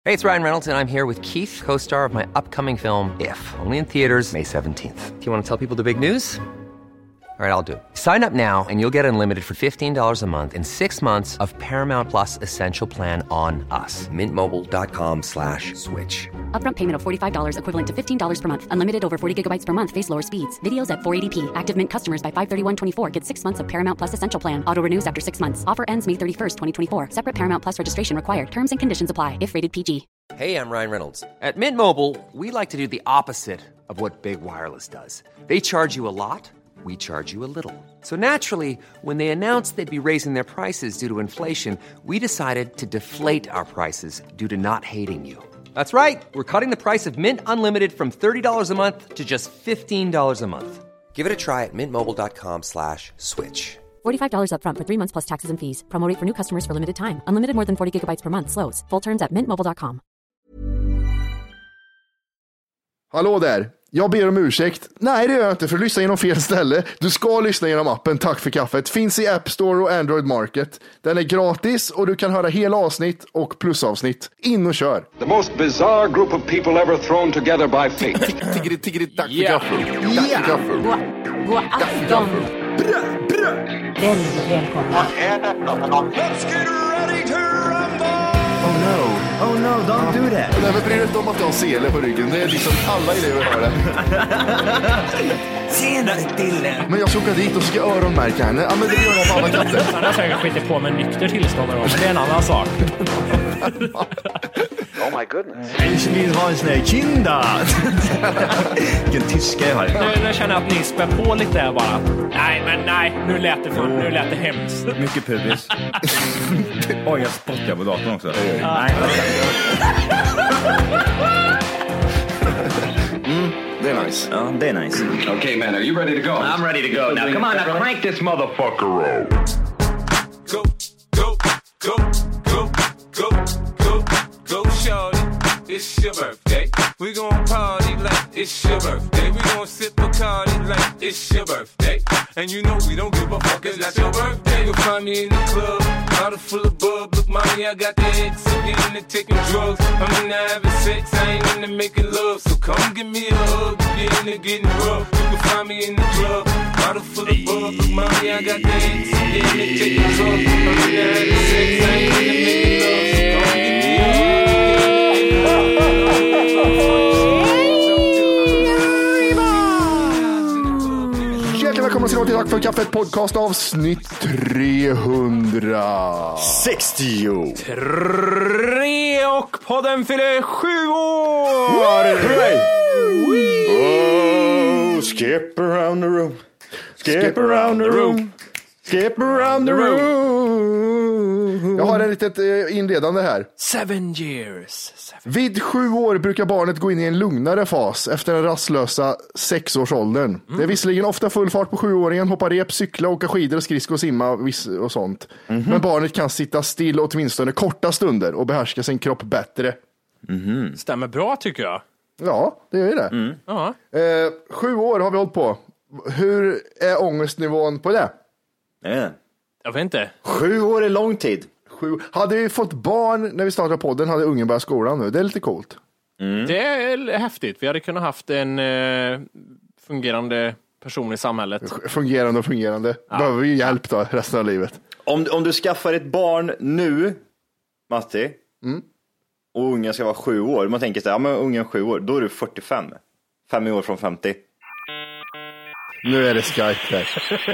Hey, it's Ryan Reynolds, and I'm here with Keith, co-star of my upcoming film, If, only in theaters May 17th. Do you want to tell people the big news? All right, I'll do it. Sign up now and you'll get unlimited for $15 a month and 6 months of Paramount Plus Essential Plan on us. MintMobile.com/switch. Upfront payment of $45 equivalent to $15 per month. Unlimited over 40 gigabytes per month. Face lower speeds. Videos at 480p. Active Mint customers by 531.24 get 6 months of Paramount Plus Essential Plan. Auto renews after 6 months. Offer ends May 31st, 2024. Separate Paramount Plus registration required. Terms and conditions apply if rated PG. Hey, I'm Ryan Reynolds. At Mint Mobile, we like to do the opposite of what Big Wireless does. They charge you a lot. We charge you a little. So naturally, when they announced they'd be raising their prices due to inflation, we decided to deflate our prices due to not hating you. That's right. We're cutting the price of Mint Unlimited from $30 a month to just $15 a month. Give it a try at mintmobile.com/switch. $45 upfront for 3 months plus taxes and fees. Promo rate for new customers for limited time. Unlimited more than 40 gigabytes per month. Slows full terms at mintmobile.com. Hallå där. Jag ber om ursäkt. Nej, det gör jag inte, för lyssna genom fel ställe. Du ska lyssna genom appen Tack för kaffet. Finns i App Store och Android Market. Den är gratis och du kan höra hela avsnitt och plusavsnitt. In och kör. The most bizarre group of people ever thrown together by fate. Tiggeri, tack för kaffet. Tack för kaffet. God afton. Väldigt välkomna. Let's get ready to rumble! Oh no, don't do that. Nej, men bryr dig inte om att jag har sele på ryggen. Det är liksom alla elever har det. Senare till. Men jag ska åka dit och ska öronmärka henne. Ja, men det gör jag på alla katter. Han har säkert skitit på med nykter tillstånd då, men det är en annan sak. Oh my goodness. Ich vill ha en sån här kinda. Vilken tyska jag har. Nu känner jag att ni spär på lite här bara. Nej, nu lät det hemskt. Mycket pubis. Oj, jag spottar på datorn också. Nej. Det är nice. Ja, det är nice. Okay, man, are you ready to go? I'm ready to go. Now, come on, now crank this motherfucker out. Go, shorty. It's your birthday. We gon' party like it's your birthday. We gon' sip Bacardi like it's your birthday. And you know we don't give a fuck, it's not your birthday. You'll find me in the club, bottle full of bub. Look, mommy, I got the ex, I'm getting into taking drugs. I'm into having sex, I ain't into making love. So come give me a hug, if you're into getting rough. You can find me in the club, bottle full of bub. Look, mommy, I got the ex, I'm getting into taking drugs. I'm into having sex, I ain't into making love. So come give me a hug. Välkomna till Tack för kaffet podcast avsnitt 360. Och podden fyller 7 år! Oh, skip around the room. Skip around the room. Skip around the room. Jag har en litet inledande här. 7 years. Vid 7 år brukar barnet gå in i en lugnare fas efter den rastlösa 6-årsåldern. Det är visserligen ofta full fart på 7-åringen, hoppa rep, cykla, åka skidor, skridsko och simma och sånt. Men barnet kan sitta still åtminstone korta stunder och behärska sin kropp bättre. Stämmer bra tycker jag. Ja, det gör det. Ja. 7 år har vi hållit på. Hur är ångestnivån på det? Jag vet inte. 7 år är lång tid. Hade vi fått barn när vi startade podden hade ungen börjat skolan nu. Det är lite coolt. Det är häftigt. Vi hade kunnat haft en fungerande person i samhället. Fungerande. Ja. Behöver vi hjälp då resten av livet. Om du skaffar ett barn nu, Matti, och ungen ska vara 7 år. Man tänker så här, ja men ungen 7 år, då är du 45. 5 år från 50. Nu är det Skype där.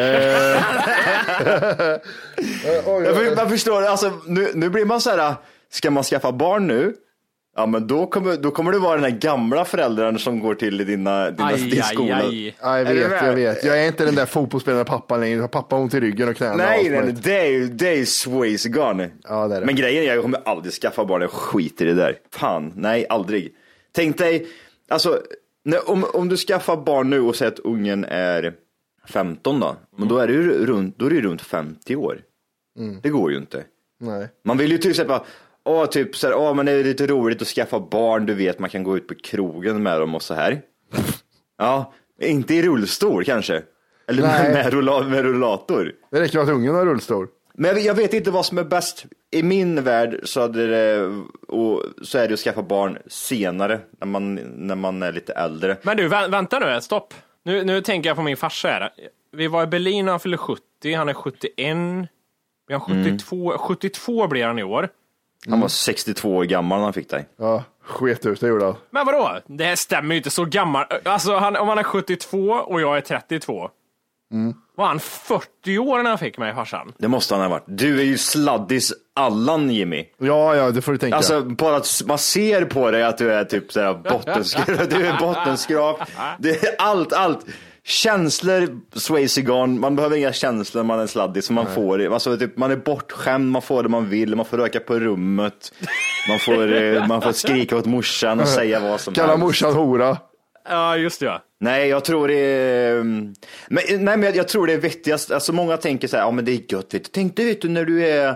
Jag förstår, alltså, nu blir man så här, ska man skaffa barn nu? Ja, men då kommer det vara den här gamla föräldern som går till din skola. Ja, jag vet. Jag är inte den där fotbollsspelande pappan längre. Pappa ont i ryggen och knäna. Nej, det är Swayze gone. Ja, det är det. Men grejen är, jag kommer aldrig skaffa barn. Jag skiter i det där. Fan, nej, aldrig. Tänk dig, alltså, om du skaffar barn nu och säger att ungen är 15 då. Men då är det ju runt 50 år. Det går ju inte. Nej. Man vill ju typ säga men det är lite roligt att skaffa barn, du vet, man kan gå ut på krogen med dem och så här. Ja, inte i rullstol kanske. Eller med rullator. Det räcker med att ungen har rullstol. Men jag vet inte vad som är bäst. I min värld så är det att skaffa barn senare när man är lite äldre. Men du, vänta nu, stopp. Nu tänker jag på min farsa här. Vi var i Berlin, han fyllde 70, han är 71. Vi har 72 blir han i år. Han var 62 år gammal när han fick dig. Ja, sket ut, det gjorde han. Men vadå? Det här stämmer ju inte, så gammal. Alltså om han är 72 och jag är 32. Var han 40 år när han fick mig, farsan? Det måste han ha varit. Du är ju sladdis Allan, Jimmy. Ja, det får du tänka. Alltså bara att man ser på dig att du är typ såhär bottenskrap. Du är bottenskrap. Det är allt. Känslor, Swayze Gone. Man behöver inga känslor, man är sladdis. Man får det. Alltså, typ, man är bortskämd, man får det man vill. Man får röka på rummet. Man får skrika åt morsan och säga vad som helst. Kalla morsan hora. Ja, just det. Ja. Nej, jag tror det är... Men jag tror det är vettigast. Alltså många tänker så här, ja men det är gött. Tänk dig, vet du, när du är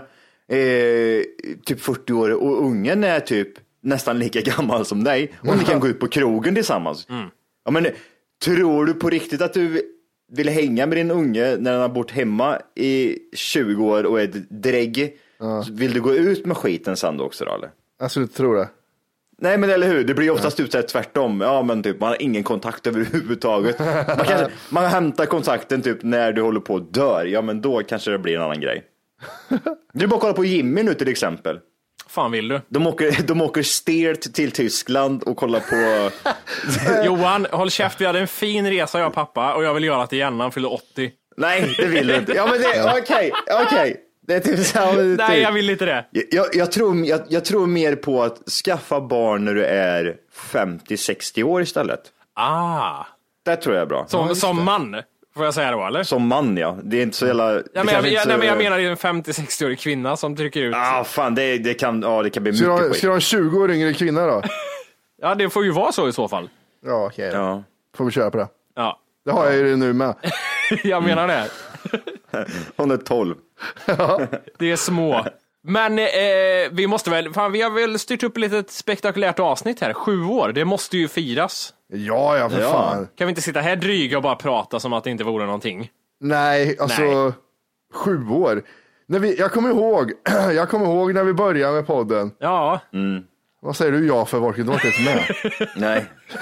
typ 40 år och ungen är typ nästan lika gammal som dig. Och ni kan gå ut på krogen tillsammans. Ja, men tror du på riktigt att du vill hänga med din unge när den har bott hemma i 20 år och är drägg? Vill du gå ut med skiten sen då också då, eller? Alltså, du tror det? Nej, men eller hur, det blir oftast utsett tvärtom. Ja, men typ man har ingen kontakt överhuvudtaget. Man hämtar kontakten typ när du håller på att dör. Ja, men då kanske det blir en annan grej. Du bara kolla på Jimmy nu till exempel. Fan vill du? De åker stelt till Tyskland och kollar på... Johan, håll käft, vi hade en fin resa jag och pappa, och jag vill göra det igen, han fyller 80. Nej, det vill du inte. Ja, men det, okej. Det är typ så här, nej, jag vill inte det. Jag tror mer på att skaffa barn när du är 50-60 år istället. Det tror jag är bra. Som man, får jag säga då, eller? Som man, ja. Det är inte så jävla... Ja, men jag menar en 50-60-årig kvinna som trycker ut. Fan, det kan bli mycket skit. Ska du ha en 20 år yngre kvinna då? Ja, det får ju vara så i så fall. Ja, okej. Ja. Får vi köra på det? Ja. Det har jag ju nu med. Jag menar det. Hon är 12. Det är små. Men vi måste väl, vi har väl styrt upp lite ett spektakulärt avsnitt här. 7 år, det måste ju firas. Ja, för fan. Kan vi inte sitta här dryga och bara prata som att det inte vore någonting? Nej, alltså 7 år. Jag kommer ihåg när vi började med podden. Ja. Vad säger du ja för, Volker? Du var inte ens med. Nej.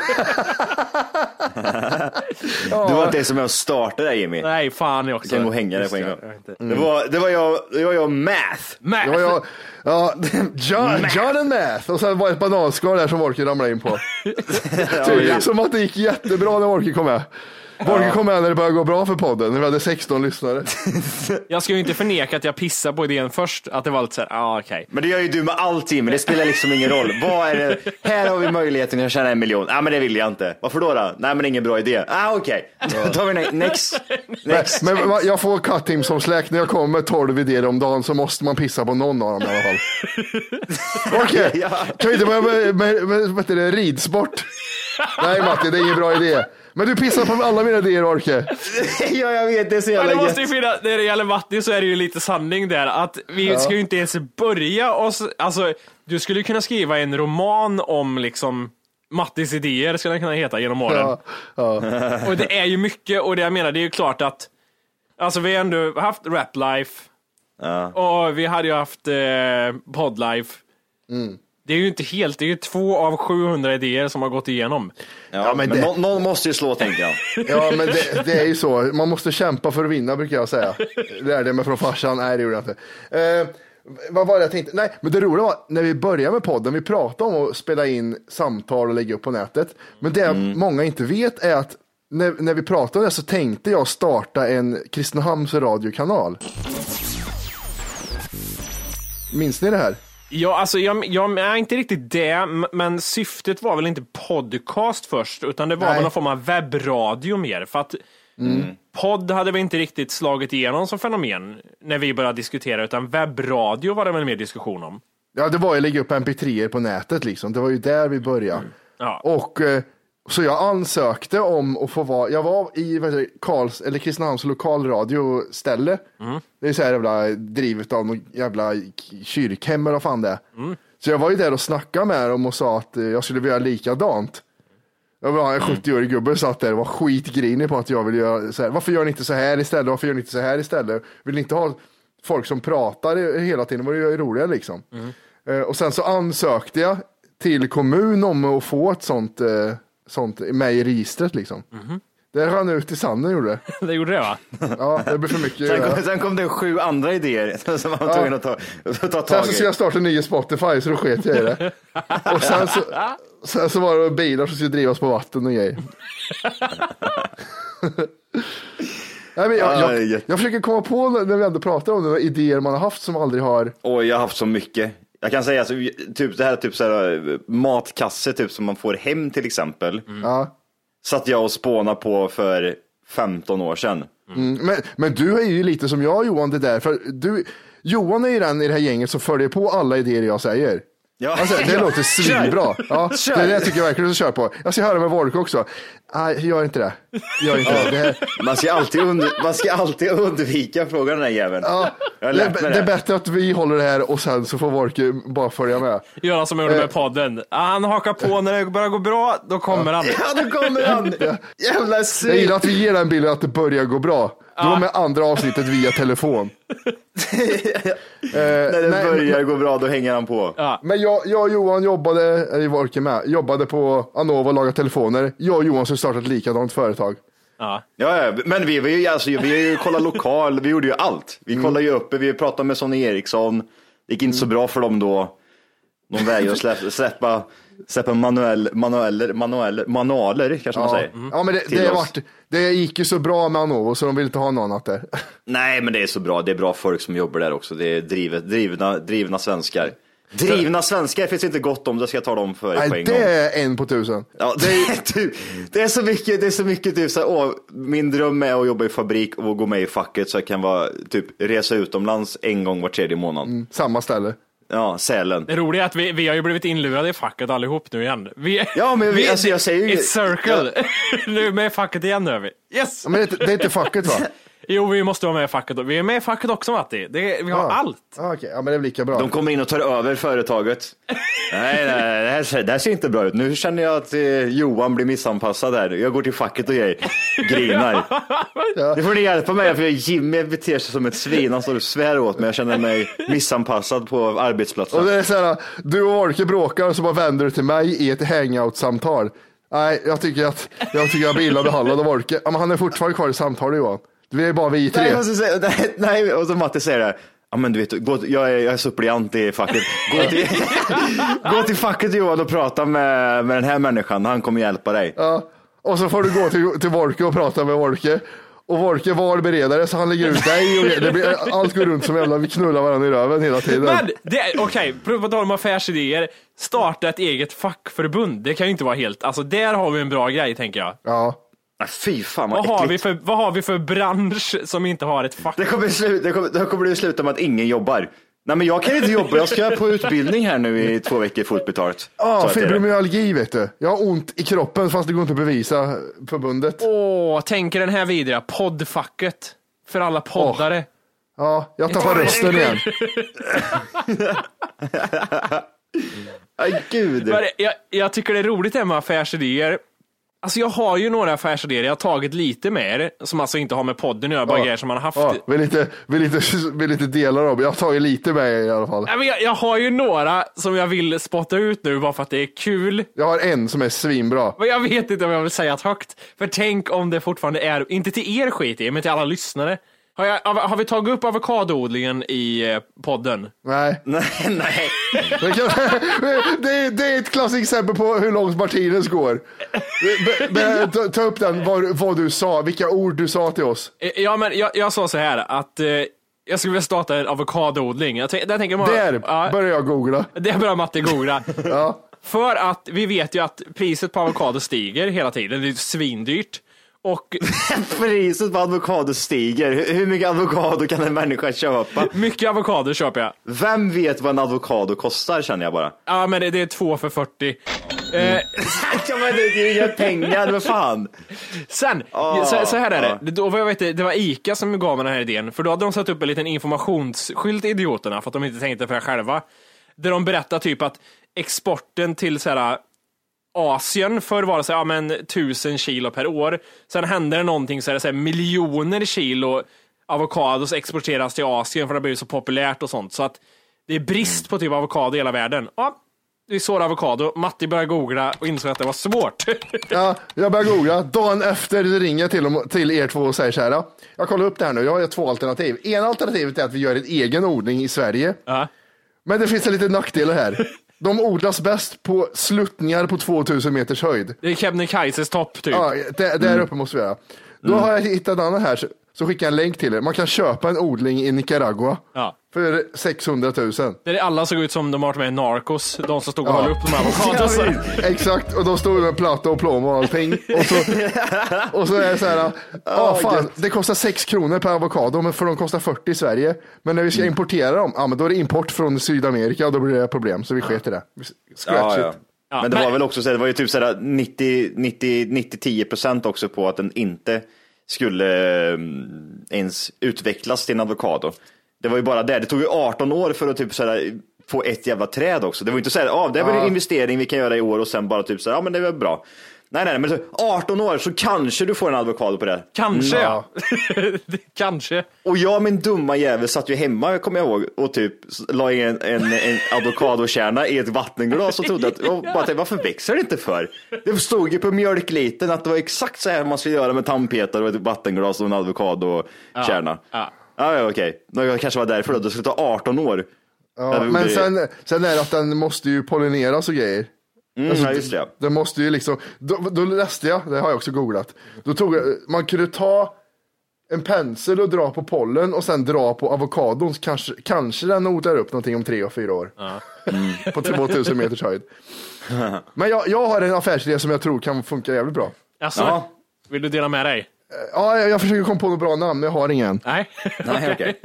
Du var inte ens med att starta där, Jimmy. Nej, fan jag också. Jag kan gå och hänga där på en gång. Det var jag Math. Det var jag, John and Math. Och sen var ett bananskal där som Volker ramlade in på. Som att det gick jättebra när Volker kom med. Volker kom med när det började gå bra för podden, när vi hade 16 lyssnare. Jag ska ju inte förneka att jag pissar på idén först, att det var lite såhär, okej. Men det gör ju du med allting, men det spelar liksom ingen roll. Vad är det? Här har vi möjligheten att tjäna 1 miljon. Men det vill jag inte. Varför då? Nej, men det är ingen bra idé. Okej. Då tar vi next. Men jag får cut-team som släkt. När jag kommer med 12 idéer om dagen så måste man pissa på någon av dem i alla fall. Okej. Kan vi inte börja med ridsport? Nej, Matti, det är ingen bra idé. Men du pissar på alla mina idéer, Orke. Ja, jag vet, det är så jävla det måste ju finnas, när det gäller Matti så är det ju lite sanning där. Att vi ska ju inte ens börja oss. Alltså, du skulle kunna skriva en roman om liksom Mattis idéer, skulle den kunna heta, genom åren. Ja. Och det är ju mycket, och det jag menar, det är ju klart att alltså vi har ändå haft Rap Life. Och vi hade ju haft Podlife. Det är ju inte helt, det är ju 2 av 700 idéer som har gått igenom. Ja, men någon måste ju slå, tänker jag. Ja, men det är ju så. Man måste kämpa för att vinna, brukar jag säga. Lärde mig från farsan. Nej, det gjorde jag inte. Vad var det jag tänkte? Nej, men det roliga var, när vi började med podden, vi pratade om att spela in samtal och lägga upp på nätet. Men det många inte vet är att när vi pratade om det så tänkte jag starta en Kristinehamns radiokanal. Minns ni det här? Ja, alltså jag är inte riktigt det, men syftet var väl inte podcast först, utan det var väl någon form av webbradio mer, för att podd hade väl inte riktigt slagit igenom som fenomen när vi började diskutera, utan webbradio var det väl mer diskussion om. Ja, det var ju att lägga upp mp3-er på nätet liksom, det var ju där vi började. Ja. Och så jag ansökte om att få vara, jag var i Kristinehamns lokalradioställe. Det är så här jävla drivet av någon jävla kyrkhem eller vad fan det är. Så jag var ju där och snackade med dem och sa att jag skulle vilja likadant. Jag var en 70-årig gubbe satt där och var skitgrinig på att jag ville göra så här. Varför gör ni inte så här istället? Varför gör ni inte så här istället? Vill ni inte ha folk som pratar hela tiden, det var ju roligare liksom. Och sen så ansökte jag till kommun om att få ett sånt med i registret liksom. Det rann ut i sanden, gjorde det. Det gjorde det, va? Ja, det blir för mycket. Sen kom det 7 andra idéer som man var tvungen att ta tag Sen så i. ska jag starta en ny Spotify, så då sket jag i det. Och sen så var det bilar som skulle drivas på vatten och grejer. Nej, men jag försöker komma på när vi ändå pratar om det, idéer man har haft som aldrig har... Oj, jag har haft så mycket. Jag kan säga alltså, typ det här typ så här, matkasse typ som man får hem till exempel. Ja. Satt jag och spåna på för 15 år sedan. Men du är ju lite som jag, Johan, det där. För Johan är ju den i det här gänget som följer på alla idéer jag säger. Ja. Alltså, det låter svinbra. Ja, det är det jag tycker jag verkligen ska köra på. Jag ska höra med Volk också. Nej, gör inte det. Man ska alltid undvika frågan den här jäveln. Ja, det är bättre att vi håller det här och sen så får Volk bara följa med. Göra som jag gjorde med podden. Han hakar på när det börjar gå bra, då kommer han. Ja, då kommer han. Jävla svin. Jag gillar att vi ger den bilden att det börjar gå bra. Du var med andra avsnittet via telefon. När det börjar gå bra, då hänger han på. Ja. Men jag och Johan jobbade på Anova och lagade telefoner. Jag och Johan skulle starta ett likadant företag. Ja, men vi har ju kollat lokal, vi gjorde ju allt. Vi kollade ju upp, vi pratade med Sonny Eriksson. Det gick inte så bra för dem då. De vägrade att släppa manualer kanske man säger. Ja, men det gick ju så bra med Anovo så de vill inte ha någon annat där. Nej, men det är så bra. Det är bra folk som jobbar där också. Det är drivna svenskar. Drivna svenskar finns inte gott om, det ska jag ta dem för. Nej, det är 1 på 1000. Ja, det är så mycket typ så här, min dröm är att jobba i fabrik och gå med i facket så jag kan resa utomlands en gång var 3:e månad. Samma ställe. Ja, Sälen. Det roliga är att vi har ju blivit inlurade i facket allihop nu igen. Jag säger ju... It's circle. Ja. Nu är med i facket igen nu. Yes! Ja, men det är inte facket, va? Jo, vi måste vara med i facket. Vi är med i facket också, Matti. Vi har allt. Okay. Ja, men det är lika bra. De kommer in och tar över företaget. Nej, det här ser inte bra ut. Nu känner jag att Johan blir missanpassad här. Jag går till facket och grinar. Nu får ni hjälpa mig, för Jimmy beter sig som ett svin. Han står och svär åt mig. Jag känner mig missanpassad på arbetsplatsen. Och det är så här, du och Orke bråkar och så bara vänder du till mig i ett hangout-samtal. Nej, jag tycker jag blir illa behandlad av Orke. Ja, men han är fortfarande kvar i samtalet, Johan. Vi är bara vi 3. Nej, och så Matti säger det. Ja, men du vet, jag är suppleant i facket. Gå till facket, Johan, och prata med den här människan. Han kommer hjälpa dig. Ja, och så får du gå till Volke och prata med Volke. Och Volke var beredare, så han lägger ut dig. Och allt går runt som jävla, vi knullar varandra i röven hela tiden. Men, okej, på tal om affärsidéer. Starta ett eget fackförbund. Det kan ju inte vara helt... Alltså, där har vi en bra grej, tänker jag. Ja. Fy fan, vad har vi för bransch som inte har ett fack? Det kommer sluta med att ingen jobbar. Nej, men jag kan inte jobba, jag ska på utbildning här nu i 2 veckor fullt betalt. Fibromyalgi, vet du. Jag har ont i kroppen fast det går inte att bevisa förbundet. Tänker den här vidare, poddfacket. För alla poddare. Ja, jag tappar rösten igen. Ay, gud. Jag tycker det är roligt det med affärsidéer. Alltså jag har ju några affärsidéer jag har tagit lite mer som alltså inte har med podden att göra, bara grejer som man har haft. Vill lite dela dem. Jag har tagit lite med i alla fall. Jag har ju några som jag vill spotta ut nu bara för att det är kul. Jag har en som är svinbra. Men jag vet inte om jag vill säga det högt. För tänk om det fortfarande är, inte till er skit i, men till alla lyssnare. Har vi tagit upp avokadoodlingen i podden? Nej. Det är ett klassiskt exempel på hur långt Martinez går. Ta upp den, vad du sa, vilka ord du sa till oss. Ja, men jag sa så här att jag skulle vilja starta en avokadoodling. Börjar jag googla. Det börjar Matte googla. Ja. För att vi vet ju att priset på avokado stiger hela tiden. Det är svindyrt. Och priset på avokado stiger. Hur mycket avokado kan en människa köpa? Mycket avokado köper jag. Vem vet vad en avokado kostar, känner jag bara. Ja, men det är 2 för 40. Ja, men det är ju pengar, vad fan. Sen, så här är det. Då var jag vet, det var Ica som gav mig den här idén. För då hade de satt upp en liten informationsskylt i idioterna för att de inte tänkte för det själva. Där de berättar typ att exporten till så här Asien för var det så här, 1000 kilo per år. Sen händer det någonting så är det så här, miljoner kilo avokados exporteras till Asien för det blir så populärt och sånt. Så att det är brist på typ avokado i hela världen. Ja, vi såg avokado. Matti började googla och insåg att det var svårt. Ja, jag började googla. Dagen efter ringer jag till er två och säger så här. Jag kollar upp det här nu. Jag har 2 alternativ. Ena alternativet är att vi gör en egen odling i Sverige. Men det finns en liten nackdel här. De odlas bäst på sluttningar på 2000 meters höjd. Det är Kebnekaises topp typ. Ja, där uppe måste vi göra. Då har jag hittat en annan här, så skickar jag en länk till er. Man kan köpa en odling i Nicaragua för 600 000. Det är alla såg ut som de har varit med i Narcos, de som stod och höll upp de här avokadosen. Exakt, och de stod med platta och plom och allting. Och så är det så här, fan, det kostar 6 kronor per avokado, men för de kostar 40 i Sverige. Men när vi ska importera dem, men då är det import från Sydamerika och då blir det problem, så vi sket i det. Scratch it. Ja, men det var väl också så, det var ju typ sådär 90-10% också på att den inte skulle ens utvecklas till en avokado. Det var ju bara det tog ju 18 år för att typ sådär få ett jävla träd också. Det var ju inte såhär, det var en investering vi kan göra i år och sen bara typ såhär, men det är väl bra. Nej, men 18 år så kanske du får en avokado på det. Kanske, ja. Kanske. Och jag, min dumma jävel, satt ju hemma, kommer jag ihåg, och typ la in en avokadokärna i ett vattenglas och trodde att, varför växer det inte för? Det stod ju på mjölkliten att det var exakt så här man skulle göra med tandpetare och ett vattenglas och en avokadokärna. Ja, okej. Det kanske var därför då. Det skulle ta 18 år. Ja, men sen är det att den måste ju pollineras och grejer. Alltså, just det. Det måste ju liksom, då läste jag, det har jag också googlat. Man kunde ta en pensel och dra på pollen och sen dra på avokadon. Kanske den odlar upp någonting om 3 och 4 år. På 2000 meters höjd. Men jag har en affärsidé som jag tror kan funka jävligt bra. Alltså, vill du dela med dig? Ja, jag försöker komma på något bra namn, men jag har ingen. Nej, okej.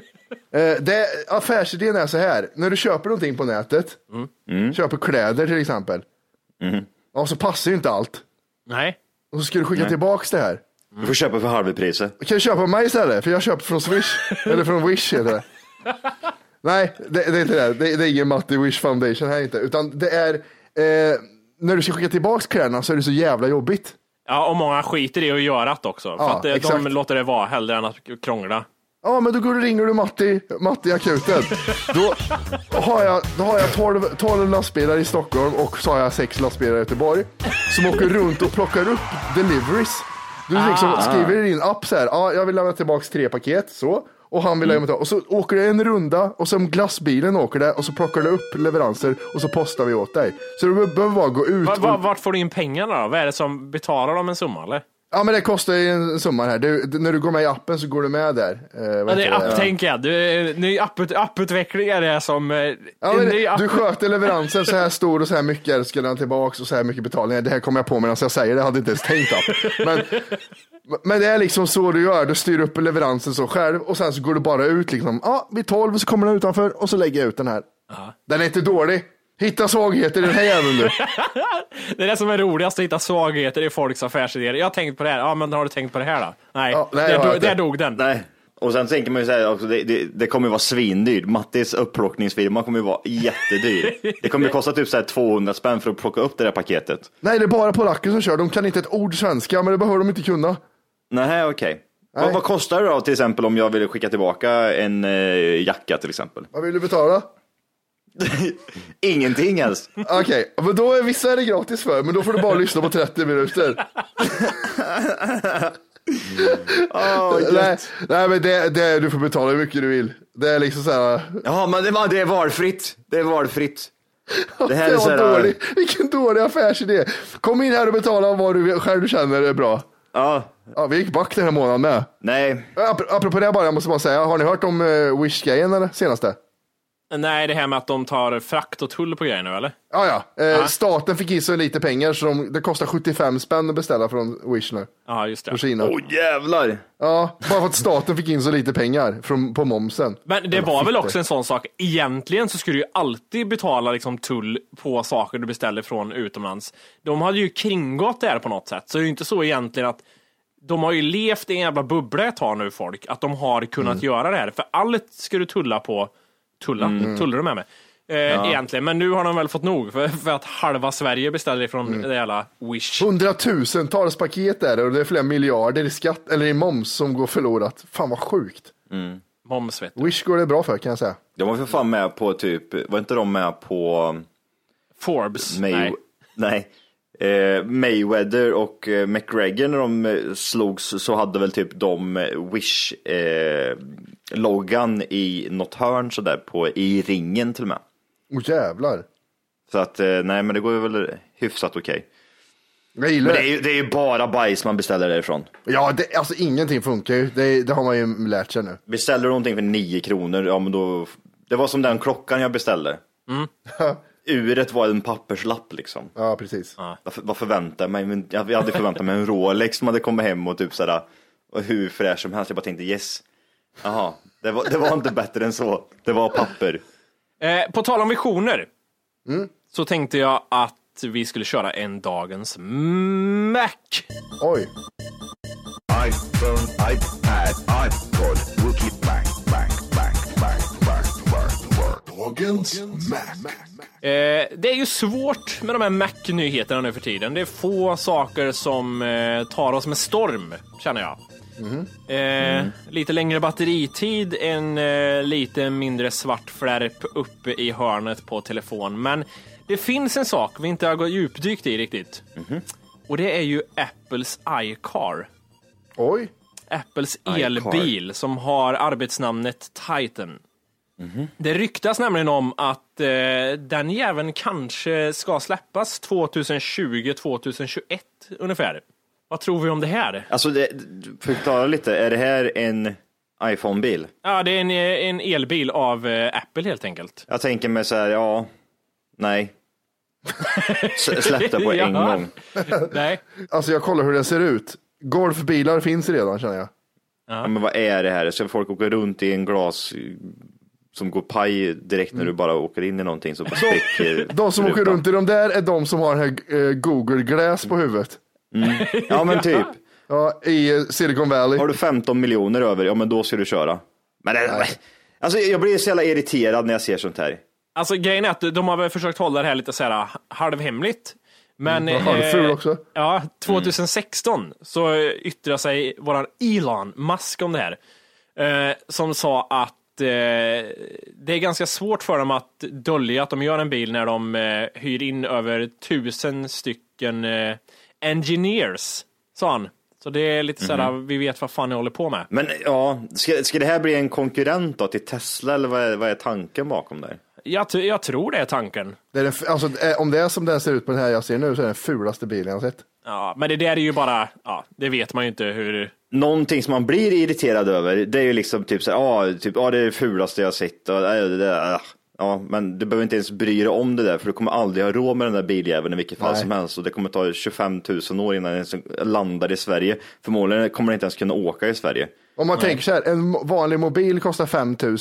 Affärsidén är så här. När du köper någonting på nätet, köper kläder till exempel, så passar ju inte allt. Nej. Och så ska du skicka tillbaks det här. Du får köpa för halvpriset. Kan du köpa mig istället? För jag köper från Swish. Eller från Wish heter det. Nej, det är inte det. Det är ingen Matti Wish Foundation här inte. Utan det är när du ska skicka tillbaks kläderna så är det så jävla jobbigt. Ja, och många skiter i att göra det också. För att de låter det vara hellre än att krångla. Ja, men då ringer du Matti i akuten. Då har jag 12 lastbilar i Stockholm och så har jag 6 lastbilar i Göteborg som åker runt och plockar upp deliveries. Du liksom skriver i din app så här, jag vill lämna tillbaka 3 paket, så. Och han vill lämna tillbaka. Och så åker det en runda och sen glassbilen åker det och så plockar du upp leveranser och så postar vi åt dig. Så du behöver bara gå ut. Vart får du in pengarna då? Vad är det som betalar dem en summa eller? Ja, men det kostar ju en summa här. När du går med i appen så går du med där. Det är app, tänker jag. Apputveckling är det som... du sköter leveransen så här stor och så här mycket ska den tillbaka och så här mycket betalningar. Det här kommer jag på medan jag säger det. Jag hade inte ens tänkt upp. Men det är liksom så du gör. Du styr upp leveransen så själv och sen så går du bara ut liksom. Vid 12 så kommer den utanför och så lägger jag ut den här. Den är inte dålig. Hitta svagheter i den här jäveln du. Det är det som är roligast, att hitta svagheter i folks affärsidéer. Jag har tänkt på det här. Ja, men har du tänkt på det här då? Nej, där dog den. Nej. Och sen tänker man ju säga också, det kommer ju vara svindyrt. Mattis upplockningsfirma kommer ju vara jättedyr. Det kommer ju kosta typ så här 200 spänn för att plocka upp det där paketet. Nej, det är bara polacker som kör. De kan inte ett ord svenska, men det behöver de inte kunna. Nej, okej. Vad kostar det då till exempel om jag vill skicka tillbaka en jacka till exempel? Vad vill du betala? Ingenting ens. Okej, men då är vissa är det gratis för, men då får du bara lyssna på 30 minuter. Nej, men det du får betala hur mycket du vill. Det är liksom så här. Ja, men det är valfritt. Det är valfritt. Det här är så här. Vilken dålig affärsidé. Kom in här och betala vad du själv känner är bra. Ja, vi gick back den här månaden med. Nej. Apropå det jag måste bara säga, har ni hört om Wish-grejen eller senaste? Nej, det här med att de tar frakt och tull på grejer nu, eller? Ja. Staten fick i så lite pengar så det kostar 75 spänn att beställa från Wish nu. Ja, just det. Från Kina. Jävlar! Ja, bara för att staten fick in så lite pengar på momsen. Men det var väl också en sån sak. Egentligen så skulle du ju alltid betala liksom tull på saker du beställer från utomlands. De hade ju kringgått det här på något sätt. Så det är ju inte så egentligen att de har ju levt i en jävla bubbla ett tag nu, folk. Att de har kunnat göra det här. För allt ska du tulla på. Tullar du med mig? egentligen. Men nu har de väl fått nog för att halva Sverige beställer ifrån det jävla Wish. 100,000-tals paket där och det är flera miljarder i skatt eller i moms som går förlorat. Fan vad sjukt. Moms, vet du. Wish går det bra för, kan jag säga. De var för fan med på typ, var inte de med på Forbes? Nej. Mayweather och McGregor när de slogs så hade väl typ de Wish loggan i något hörn så där i ringen till och med. Jävlar. Så att nej, men det går ju väl hyfsat okej. Jag gillar Men det är ju bara bajs man beställer därifrån. Ja, alltså ingenting funkar ju. Det har man ju lärt sig nu. Beställer du någonting för 9 kronor, ja men då, det var som den klockan jag beställde. Uret var en papperslapp liksom. Ja, precis. Vad förväntade jag mig? Jag hade förväntat mig en Rolex som hade kommit hem och typ sådär, och hur fräsch som helst. Jag bara tänkte yes. Jaha, det var inte bättre än så. Det var papper. På tal om visioner så tänkte jag att vi skulle köra en dagens Mac. Oj. iPhone, iPad, iPod, Wookie, bang, bang, bang, bang, bang, bang, bang. Dagens Mac. Det är ju svårt med de här Mac-nyheterna nu för tiden. Det är få saker som tar oss med storm, känner jag. Lite längre batteritid, en lite mindre svart flärp uppe i hörnet på telefon. Men det finns en sak vi inte har gått djupdykt i riktigt. Och det är ju Apples iCar. Oj. Apples elbil som har arbetsnamnet Titan. Det ryktas nämligen om att den jäveln kanske ska släppas 2020-2021 ungefär. Vad tror vi om det här? Alltså, förklara lite. Är det här en iPhone-bil? Ja, det är en elbil av Apple helt enkelt. Jag tänker mig så här, nej. Släpp det på en gång. Nej. Alltså jag kollar hur den ser ut. Golfbilar finns redan, känner jag. Ja, men vad är det här? Ska folk åka runt i en glas som går paj direkt när du bara åker in i någonting så spricker de som åker runt i de där är de som har den här Google Glass på huvudet. Ja, men typ. Ja, i Silicon Valley. Har du 15 miljoner över, ja men då ska du köra. Men alltså jag blir så jävla irriterad när jag ser sånt här. Alltså grejen är att de har väl försökt hålla det här lite så här halvhemligt. Men ful också. Ja, 2016 så yttrade sig våran Elon Musk om det här. Som sa att det är ganska svårt för dem att dölja att de gör en bil när de hyr in över 1000 stycken engineers, sa han. Så det är lite sådär, vi vet vad fan jag håller på med. Men ja, ska det här bli en konkurrent då till Tesla eller vad är tanken bakom det? Jag tror det är tanken. Det är alltså, om det är som den ser ut på den här jag ser nu så är det den fulaste bilen jag har sett. Ja, men det där är ju bara, det vet man ju inte hur. Någonting som man blir irriterad över, det är ju liksom typ så här, det är det fulaste jag har sett och men du behöver inte ens bry dig om det där, för du kommer aldrig ha råd med den där biljäveln i vilket fall som helst, och det kommer ta 25 000 år innan den landar i Sverige. Förmodligen kommer den inte ens kunna åka i Sverige. Om man tänker så här, en vanlig mobil kostar 5 000.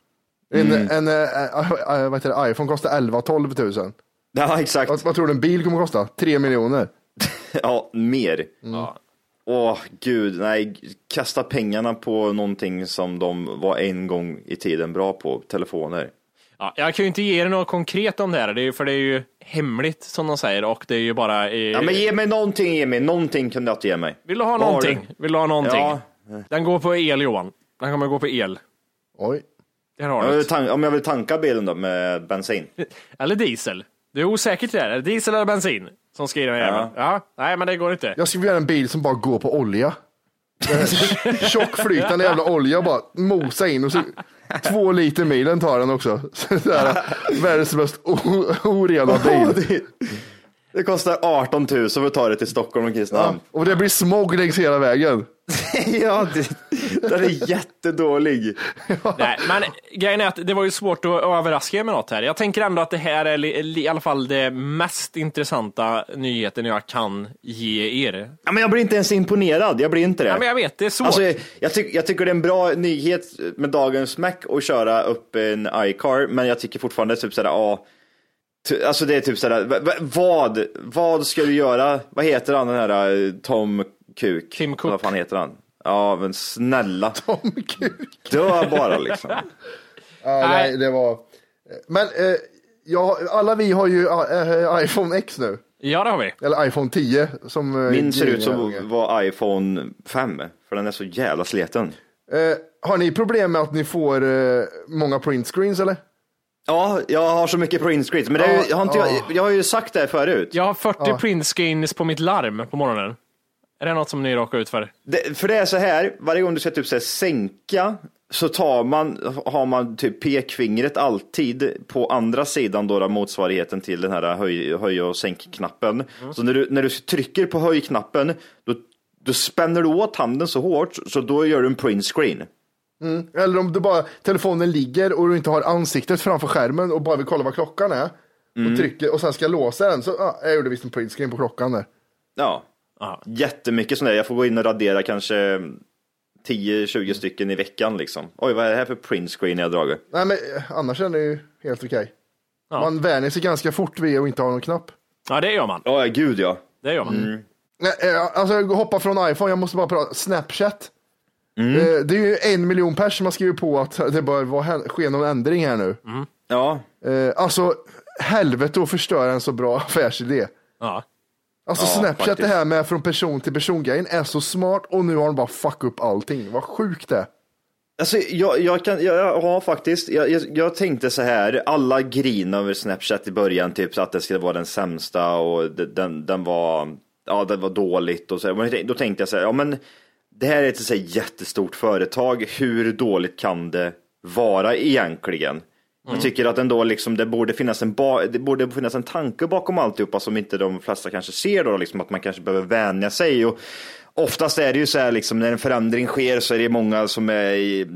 En iPhone kostar 11-12 000. Ja, exakt. Vad tror du en bil kommer kosta? 3 miljoner. Ja, mer. Gud, nej, kasta pengarna på någonting som de var en gång i tiden bra på, telefoner. Ja, jag kan ju inte ge dig något konkret om det här, för det är ju hemligt som de säger, och det är ju bara Ja, men ge mig någonting kan du inte ge mig. Vill du ha någonting? Ja. Den går på el, Johan. Den kommer gå på el. Oj. Om jag vill tanka bilen då med bensin. Eller diesel. Det är osäkert det där. Diesel eller bensin som ska i den jäveln. Ja, nej men det går inte. Jag skulle vilja ha en bil som bara går på olja. Tjock flytande jävla olja, bara mosa in och så 2 liter milen tar den också. Världens mest orena bil. Det kostar 18 000 för att ta det till Stockholm och Kristinehamn. Och det blir smog längs hela vägen. Ja, det är jättedålig. Nej, men grejen är att det var ju svårt att överraska med något här. Jag tänker ändå att det här är i alla fall det mest intressanta nyheten jag kan ge er. Ja, men jag blir inte ens imponerad. Jag blir inte det. Ja, men jag vet, det är svårt. Alltså, jag tycker det är en bra nyhet med dagens Mac att köra upp en iCar, men jag tycker fortfarande typ sådär, alltså det är typ sådär, vad ska du göra? Vad heter han, den här Tom Cook? Vad fan heter han? Ja, men snälla. Tom Cook. Det var bara liksom. Nej, det var... Men alla vi har ju iPhone X nu. Ja, det har vi. Eller iPhone 10. Som Min ser ut som var iPhone 5, för den är så jävla sleten. Har ni problem med att ni får många print screens eller? Ja, jag har så mycket print screens, men det är, jag har ju sagt det förut. Jag har 40 print screens på mitt larm på morgonen. Är det något som ni råkar ut för? För det är så här, varje gång du ska typ så här sänka, så har man typ pekfingret alltid på andra sidan då, motsvarigheten till den här höj- och sänkknappen. Så när du trycker på höjknappen, då spänner du åt handen så hårt, så då gör du en print screen. Eller om du bara, telefonen ligger och du inte har ansiktet framför skärmen och bara vill kolla vad klockan är och trycker och sen ska jag låsa den, så jag gjorde visst en print screen på klockan där. Ja, jättemycket sånt där. Jag får gå in och radera kanske 10-20 stycken i veckan liksom. Oj, vad är det här för print screen jag dragit? Nej, men annars är det ju helt okej. Man vänjer sig ganska fort vid att inte ha någon knapp. Ja, det gör man. Ja, gud ja. Det gör man. Alltså jag hoppar från iPhone, jag måste bara prata Snapchat. Det är ju 1 miljon pers som har skrivit på att det bör ske någon ändring här nu. Ja. Alltså helvete att förstöra en så bra affärsidé. Ja. Alltså Snapchat, faktiskt. det här med från person till person grejen är så smart, och nu har de bara fuck upp allting. Vad sjukt det är. Alltså jag tänkte så här, alla grina över Snapchat i början, typ så att det skulle vara den sämsta och den var dåligt och så. Då tänkte jag så här, ja men det här är ett så här jättestort företag, hur dåligt kan det vara egentligen? Jag tycker att ändå liksom det borde finnas en tanke bakom alltihopa som inte de flesta kanske ser då, liksom att man kanske behöver vänja sig. Och oftast är det ju så här liksom, när en förändring sker så är det många som är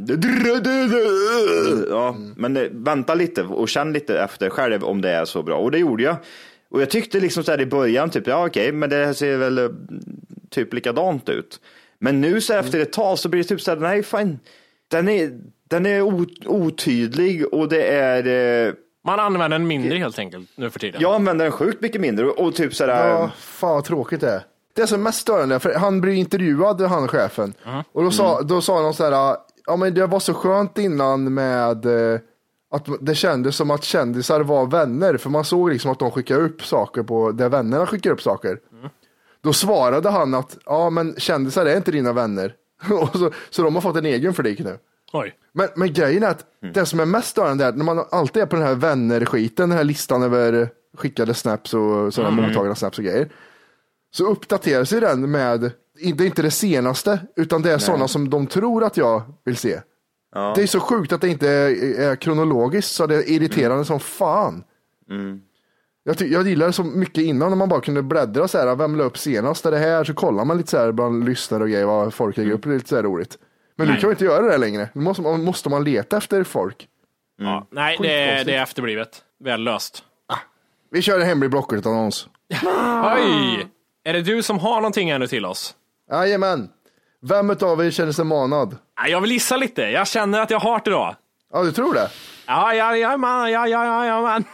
men vänta lite och känn lite efter själv om det är så bra. Och det gjorde jag. Och jag tyckte liksom så här i början typ, okej, men det ser väl typ likadant ut. Men nu så efter ett tag så blir det typ så här, nej fan, den är otydlig och det är... Man använder den mindre helt enkelt nu för tiden. Jag använder den sjukt mycket mindre och typ sådär... Ja, fan vad tråkigt det är. Det är som mest störande, för han blir intervjuad, han chefen. Och då sa han så här, ja men det var så skönt innan med att det kändes som att kändisar var vänner, för man såg liksom att de skickade upp saker på där vännerna skickar upp saker. Då svarade han att ja men kändisar är inte dina vänner. Och så de har fått en egen flik nu. Oj. Men grejen är att det som är mest störande är när man alltid är på den här vännerskiten, den här listan över skickade snaps och sådana mottagna snaps och grejer, så uppdateras ju den med, det är inte det senaste, utan det är sådana som de tror att jag vill se. Ja. Det är så sjukt att det inte är kronologiskt, så det är irriterande som fan. Jag gillar det så mycket innan, när man bara kunde bläddra så här, vem la upp senast, är det här, så kollar man lite så här bland lyssnare och grejer, vad folk lägger upp, det är lite så här roligt. Men nu kan vi inte göra det längre. Nu måste man leta efter folk. Ja, nej, det är efterblivet. Väl löst. Vi kör en hemlig Blocket-annons. Oj! Är det du som har någonting ännu till oss? Jajamän. Vem utav er känner sig manad? Jag vill gissa lite. Jag känner att jag har det då. Ja, du tror det? Jajamän. Jajamän.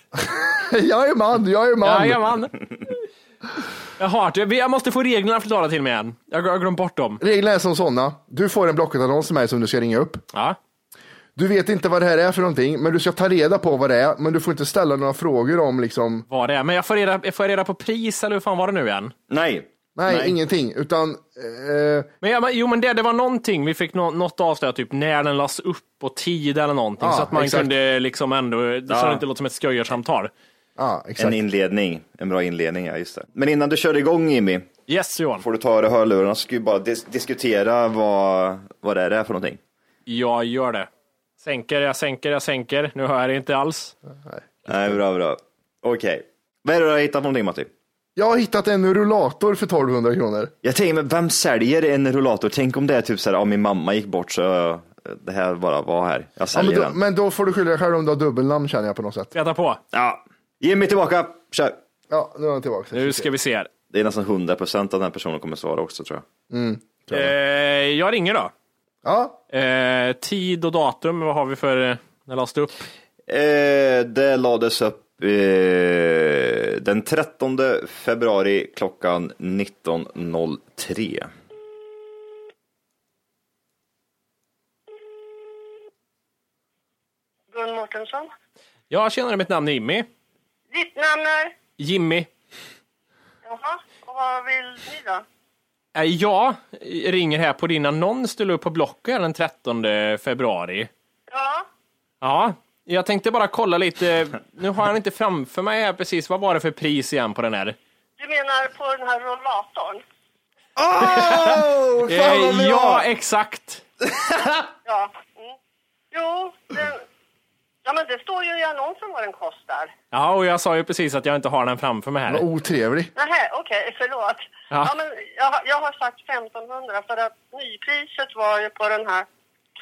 Jag har det. Jag måste få reglerna förklara till mig igen. Jag har glömt bort dem. Reglerna är som sådana. Du får en Blocket-annons till mig som du ska ringa upp. Ja. Du vet inte vad det här är för någonting, men du ska ta reda på vad det är. Men du får inte ställa några frågor om liksom... Vad det är. Men jag får reda på pris, eller hur fan var det nu igen? Nej, ingenting. Utan... Men det var någonting. Vi fick något avstöd, typ när den lades upp och tid eller någonting. Så att man kunde liksom ändå... Så det inte låter som ett sköjarsamtal. Ja, exakt. En bra inledning, ja, just det. Men innan du kör igång, Jimmy, yes, Johan, får du ta det hörlurarna, så ska vi bara diskutera vad det är för någonting. Jag gör det. Jag sänker. Nu hör jag det inte alls. Nej, bra. Okej. Vad är det du har hittat någonting, Matti? Jag har hittat en rullator för 1200 kronor. Jag tänker, men vem säljer en rullator? Tänk om det är typ så här, min mamma gick bort, så det här bara var här. Jag säljer den. Men då får du skylla dig själv om du har dubbelnamn, känner jag på något sätt. Jag tar på. Ja. Jimmy tillbaka. Kör. Ja, nu är han tillbaka. Nu ska vi se här. Det är nästan 100% av den här personen kommer svara också, tror jag. Jag ringer då. Ja. Tid och datum, vad har vi för när lades det upp? Det lades upp den 13 februari klockan 19.03. Gun Mårtensson. Ja, tjenare, mitt namn är Jimmy. Ditt namn är? Jimmy. Jaha, och vad vill ni då? Jag ringer här på din annons du la upp på Blocket den 13 februari. Ja. Ja, jag tänkte bara kolla lite. Nu har jag inte framför mig här precis. Vad var det för pris igen på den här? Du menar på den här rollatorn? Ja, exakt. Ja. Mm. Jo, ja, men det står ju i annonsen vad den kostar. Ja, och jag sa ju precis att jag inte har den framför mig här. Vad otrevlig. Nähä, okej, förlåt. Ja, men jag har sagt 1500 för att nypriset var ju på den här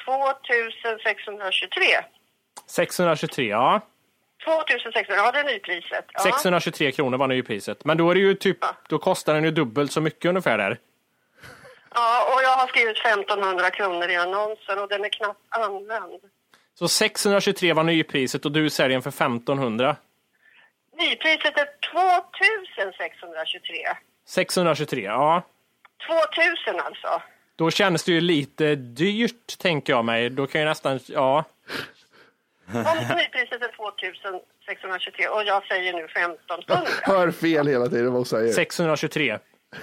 2623. 623, ja. 2600, ja det är nypriset. Ja. 623 kronor var nypriset. Men då är det ju typ, då kostar den ju dubbelt så mycket ungefär där. Ja, och jag har skrivit 1500 kronor i annonsen och den är knappt använd. Så 623 var nypriset och du säljer den för 1500. Nypriset är 2623. 623, ja. 2000 alltså. Då känns det ju lite dyrt, tänker jag mig. Då kan jag nästan, ja. Om nypriset är 2623 och jag säger nu 1500. Hör fel hela tiden vad hon säger. 623.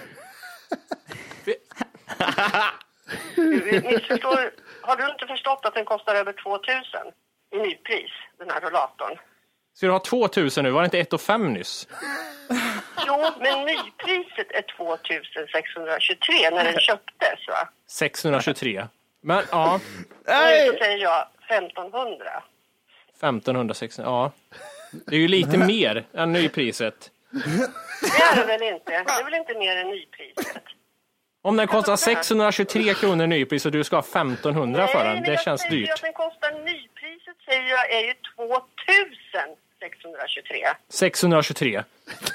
Har du inte förstått att den kostar över 2000 i nypris, den här rollatorn? Ska du ha 2000 nu? Var det inte 1 500 nyss? Jo, men nypriset är 2623 när den köptes, va? 623. Men, ja. Nej! Så säger jag 1500. 1560, ja. Det är ju lite mer än nypriset. Det är det väl inte? Det är väl inte mer än nypriset? Om den kostar 623 kronor nypris och du ska ha 1500 för den, det känns dyrt. Att den kostar nypriset säger jag är ju 2623. 623.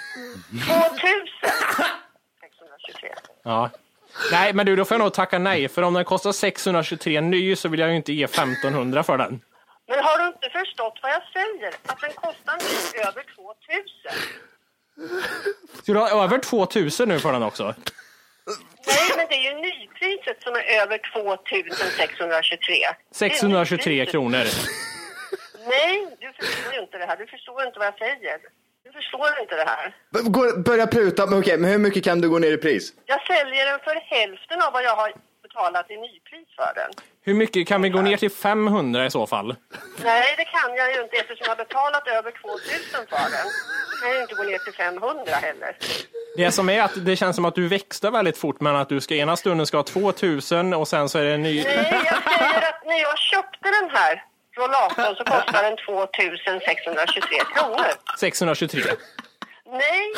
2623. Ja. Nej, men du, då får jag nog tacka nej. För om den kostar 623 ny så vill jag ju inte ge 1500 för den. Men har du inte förstått vad jag säger? Att den kostar nu över 2000. Ska du ha över 2000 nu för den också? Nej, men det är ju nypriset som är över 2623. 623 kronor. Nej, du förstår ju inte det här. Du förstår inte vad jag säger. Du förstår inte det här. Börja pruta, men okej, men hur mycket kan du gå ner i pris? Jag säljer den för hälften av vad jag har betalat i nypris för den. Hur mycket kan vi gå ner till 500 i så fall? Nej, det kan jag ju inte eftersom jag har betalat över 2000 för den. Då kan jag ju inte gå ner till 500 heller. Det som är att det känns som att du växte väldigt fort, men att du ska ena stunden ska ha 2000 och sen så är det en ny... Nej, jag säger att när jag köpte den här rollatorn så kostar den 2623 kronor. 623. Nej,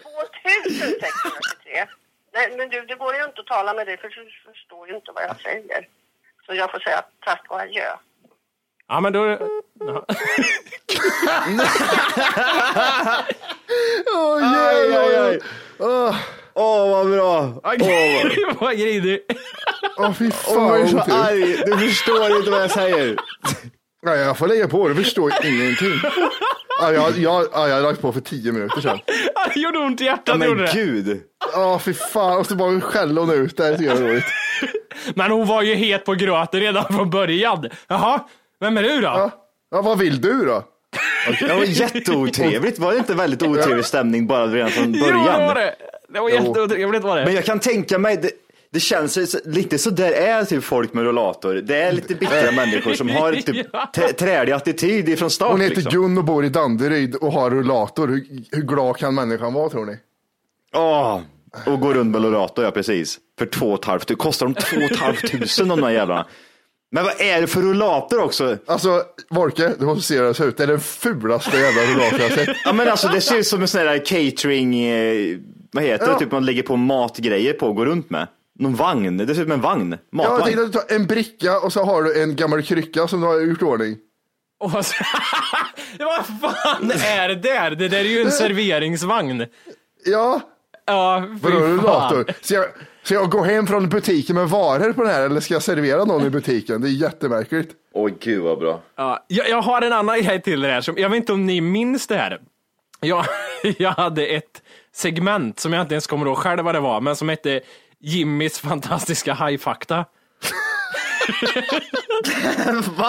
2623. Nej, men det går ju inte att tala med dig för du förstår ju inte vad jag säger. Så jag får säga tack och adjö. Ja, men då... Vad bra. Vad grinig. Fy fan. Jag är så arg. Du förstår inte vad jag säger. Nej, jag får lägga på, du förstår ingenting. Jag har lagt på för 10 minuter sedan. Det gjorde ont i hjärtat. Ja, men gud. Fy fan, och så bara skälla hon ut. Det är roligt. Men hon var ju het på gröten redan från början. Jaha, vem är du då? Ja, vad vill du då? Det var jätteotrevligt. Var det inte väldigt otrevlig stämning bara redan från början? Jo, det var det. Det var jätteotrevligt var det. Men jag kan tänka mig, det känns lite så där är typ folk med rollator. Det är lite bittra människor som har typ trälig attityd ifrån start. Hon heter liksom. Gun och bor i Danderyd och har rullator. Hur glad kan människan vara, tror ni? Och går runt med rollator, ja precis. För 2 500. Det kostar de 2 500 de där jävlarna. Men vad är det för rullator också? Alltså, Volke, du måste se hur det ser ut. Det är den fulaste jävla rullator jag har sett. Ja, men alltså det ser ut som en sån här catering, vad heter det? Typ man lägger på matgrejer på och går runt med. Någon vagn, det ser ut som en vagn. Matvagn. Jag tänkte att du tar en bricka och så har du en gammal krycka som du har gjort ordning. Vad fan är det där? Det där är ju en serveringsvagn. Ja. Ja, vadå rullator? Ska jag gå hem från butiken med varor på den här eller ska jag servera någon i butiken? Det är jättemärkligt. Oj, gud vad bra. Ja, jag har en annan grej till det här. Jag vet inte om ni minns det här. Jag hade ett segment som jag inte ens kommer ihåg själv vad det var, men som hette Jimmys fantastiska hajfakta. Va?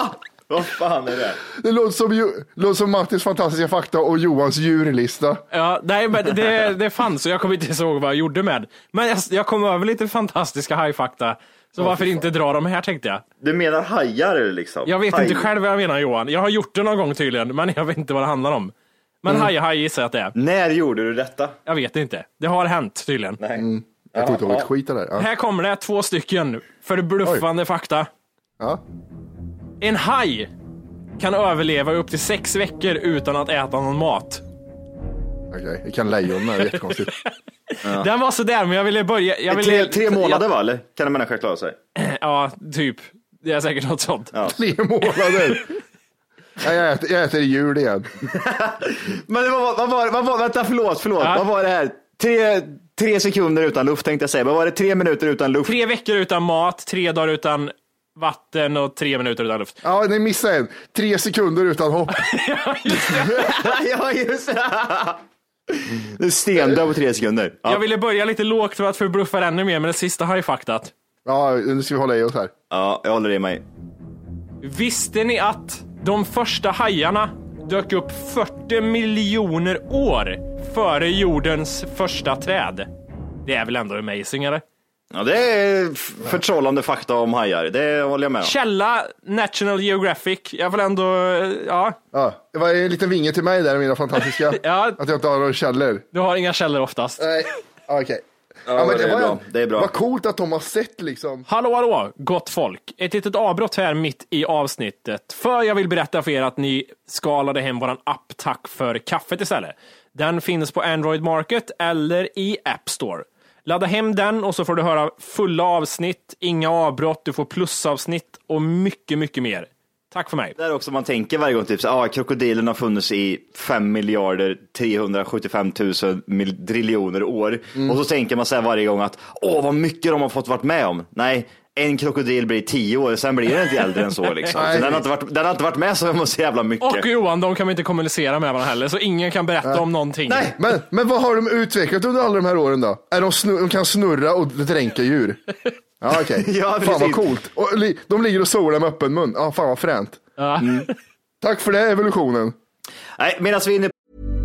Vad fan är det? Det låter som Mattis fantastiska fakta och Johans djurlista. Ja, nej, men det fanns så jag kommer inte ihåg vad jag gjorde med. Men jag kom över lite fantastiska hajfakta. Så varför inte dra dem här, tänkte jag. Du menar hajar liksom? Jag vet inte själv vad jag menar, Johan. Jag har gjort det någon gång tydligen, men jag vet inte vad det handlar om. Men haj gissar jag att det är. När gjorde du detta? Jag vet inte. Det har hänt tydligen. Nej. Jag kommer inte ihåg ett skit där. Ja. Här kommer det 2 stycken förbluffande fakta. Ja. En haj kan överleva upp till 6 veckor utan att äta någon mat. Okej, det kan lejon med, det är jättekonstigt. Den var så där, men jag ville börja... 3 månader va, eller? Kan en människa klara sig? Ja, typ. Det är säkert något sånt. Ja. 3 månader. Ja, jag äter jul igen. Men vad var vänta, förlåt. Ja. Vad var det här? 3 sekunder utan luft tänkte jag säga. Vad var det? 3 minuter utan luft? 3 veckor utan mat, 3 dagar utan vatten och 3 minuter utan luft. Ja, ni missade en. 3 sekunder utan hopp. Ja, just det. Ja, just det. Det är stendöd på 3 sekunder. Ja. Jag ville börja lite lågt för att förbluffa ännu mer med det sista hajfaktat. Ja, nu ska vi hålla i oss här. Ja, jag håller i mig. Visste ni att de första hajarna dök upp 40 miljoner år före jordens första träd? Det är väl ändå amazing, eller? Ja, det är förtrollande fakta om hajar. Det håller jag med om. Källa National Geographic. Jag vill ändå, ja. Det var en liten vinge till mig där, mina fantastiska. Ja. Att jag inte har några källor. Du har inga källor oftast. Nej, okej. Ja, men det är bra. Vad coolt att de har sett liksom. Hallå, gott folk. Ett litet avbrott här mitt i avsnittet. För jag vill berätta för er att ni skalade hem våran app Tack för kaffet istället. Den finns på Android Market eller i App Store. Ladda hem den och så får du höra fulla avsnitt, inga avbrott, du får plusavsnitt och mycket, mycket mer. Tack för mig. Det är också man tänker varje gång, typ så, krokodilen har funnits i 5 miljarder 375 000 driljoner år. Och så tänker man så här varje gång att vad mycket de har fått varit med om. Nej, en krokodil blir 10 år, sen blir den inte äldre än så liksom. Så den har inte varit med så jävla mycket. Och Johan, de kan vi inte kommunicera med varandra heller, så ingen kan berätta om någonting. Nej, men vad har de utvecklat under alla de här åren då? De kan snurra och dränka djur. Ja, okej. Ja, fan vad coolt. Och de ligger och solar med öppen mun. Ja, fan vad fränt. Ja. Tack för det, evolutionen. Nej, medan vi är inne.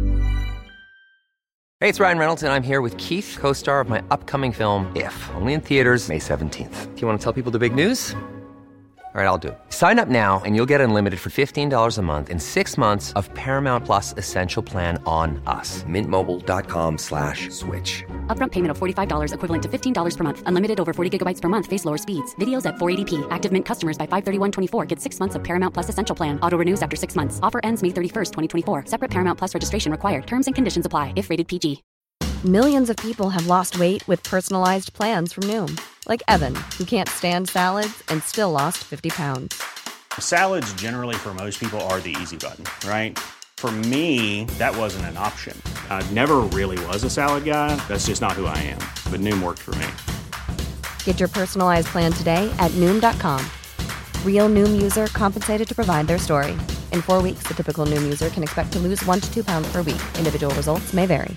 Hey, it's Ryan Reynolds, and I'm here with Keith, co-star of my upcoming film, If, only in theaters May 17th. Do you want to tell people the big news? All right, I'll do it. Sign up now and you'll get unlimited for $15 a month and 6 months of Paramount Plus Essential Plan on us. MintMobile.com/switch. Upfront payment of $45 equivalent to $15 per month. Unlimited over 40 gigabytes per month. Face lower speeds. Videos at 480p. Active Mint customers by 531.24 get 6 months of Paramount Plus Essential Plan. Auto renews after 6 months. Offer ends May 31st, 2024. Separate Paramount Plus registration required. Terms and conditions apply if rated PG. Millions of people have lost weight with personalized plans from Noom. Like Evan, who can't stand salads and still lost 50 pounds. Salads generally for most people are the easy button, right? For me, that wasn't an option. I never really was a salad guy. That's just not who I am. But Noom worked for me. Get your personalized plan today at Noom.com. Real Noom user compensated to provide their story. In 4 weeks, the typical Noom user can expect to lose 1 to 2 pounds per week. Individual results may vary.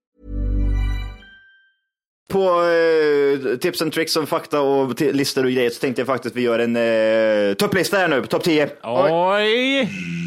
På tips and tricks om fakta och listor och grejer så tänkte jag faktiskt att vi gör en topplista här nu, topp 10. Oj!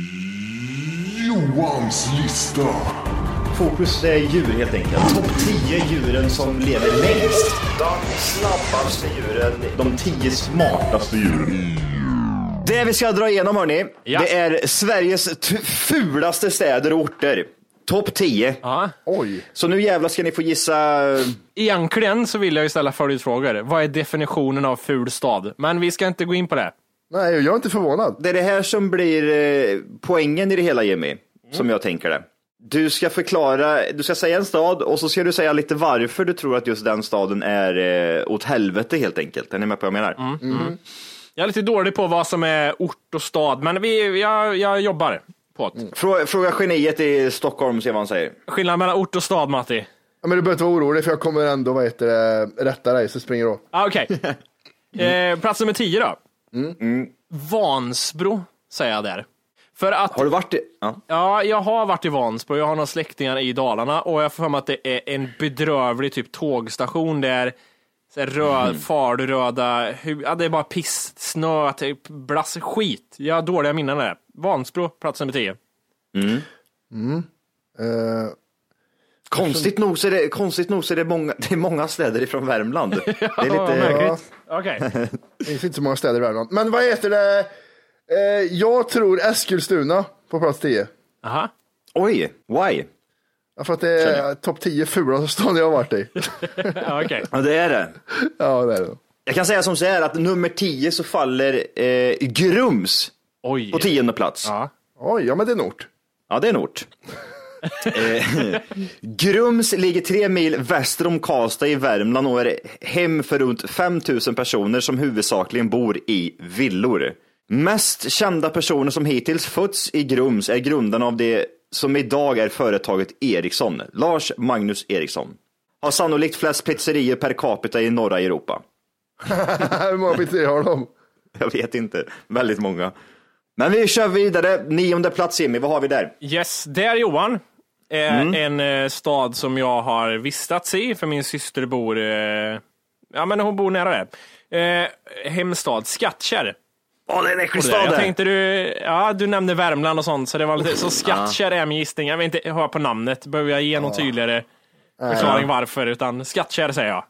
Johans lista. Fokus är djur helt enkelt. Topp 10 djuren som lever längst. De snabbaste djuren. De 10 smartaste djuren. Det vi ska dra igenom, hörni, det är Sveriges fulaste städer och orter. Topp 10. Ja. Oj. Så nu jävlar ska ni få gissa. Egentligen så vill jag ju ställa följdfrågor. Vad är definitionen av ful stad? Men vi ska inte gå in på det. Nej, jag är inte förvånad. Det är det här som blir poängen i det hela, Jimmy. Som jag tänker det. Du ska säga en stad och så ska du säga lite varför du tror att just den staden är åt helvete helt enkelt. Är ni med på vad jag menar? Jag är lite dålig på vad som är ort och stad, men jag jobbar på det. Fråga geniet i Stockholm, se vad han säger. Skillnad mellan ort och stad, Matti. Ja, men du behöver inte vara orolig för jag kommer ändå rätta dig så springer du. Okej. Plats nummer 10 då. Vansbro säger jag där. För att, har du varit i? Ja, jag har varit i Vansbro. Jag har några släktingar i Dalarna och jag får för mig att det är en bedrövlig typ tågstation där Så här farröda, ja, det är bara piss, snö, typ blass, skit. Jag har dåliga minnen där. Vansbro, plats nummer 10. Konstigt nog så är det många städer ifrån Värmland. Det är lite märkligt. Okej. Det finns inte så många städer i Värmland. Men vad heter det? Jag tror Eskilstuna på plats 10. Aha. Oj, why? Ja, för att det är topp 10 fulaste stan jag har varit i. Okay. Ja, det är det. Ja, det är det. Jag kan säga som så här att nummer 10 så faller Grums på 10:e plats. Ja. Oj, ja men det är Nort. Ja, det är Nort. Grums ligger 3 mil väster om Karlstad i Värmland och är hem för runt 5 000 personer som huvudsakligen bor i villor. Mest kända personer som hittills fötts i Grums är grundarna av det som idag är företaget Ericsson. Lars Magnus Ericsson. Har sannolikt flest pizzerior per capita i norra Europa. Hur många pizzerior har de? Jag vet inte, väldigt många. Men vi kör vidare, 9:e plats Jimmy, vad har vi där? Yes, där Johan är en stad som jag har vistats i, för min syster bor, hon bor nära där. Hemstad, Skattkärr. Det är en äcklig stad. Jag tänkte du nämnde Värmland och sånt, så det var lite, så Skattkärr är min gissning. Jag vet inte, hör på namnet, behöver jag ge någon tydligare förklaring varför, utan Skattkärr säger jag.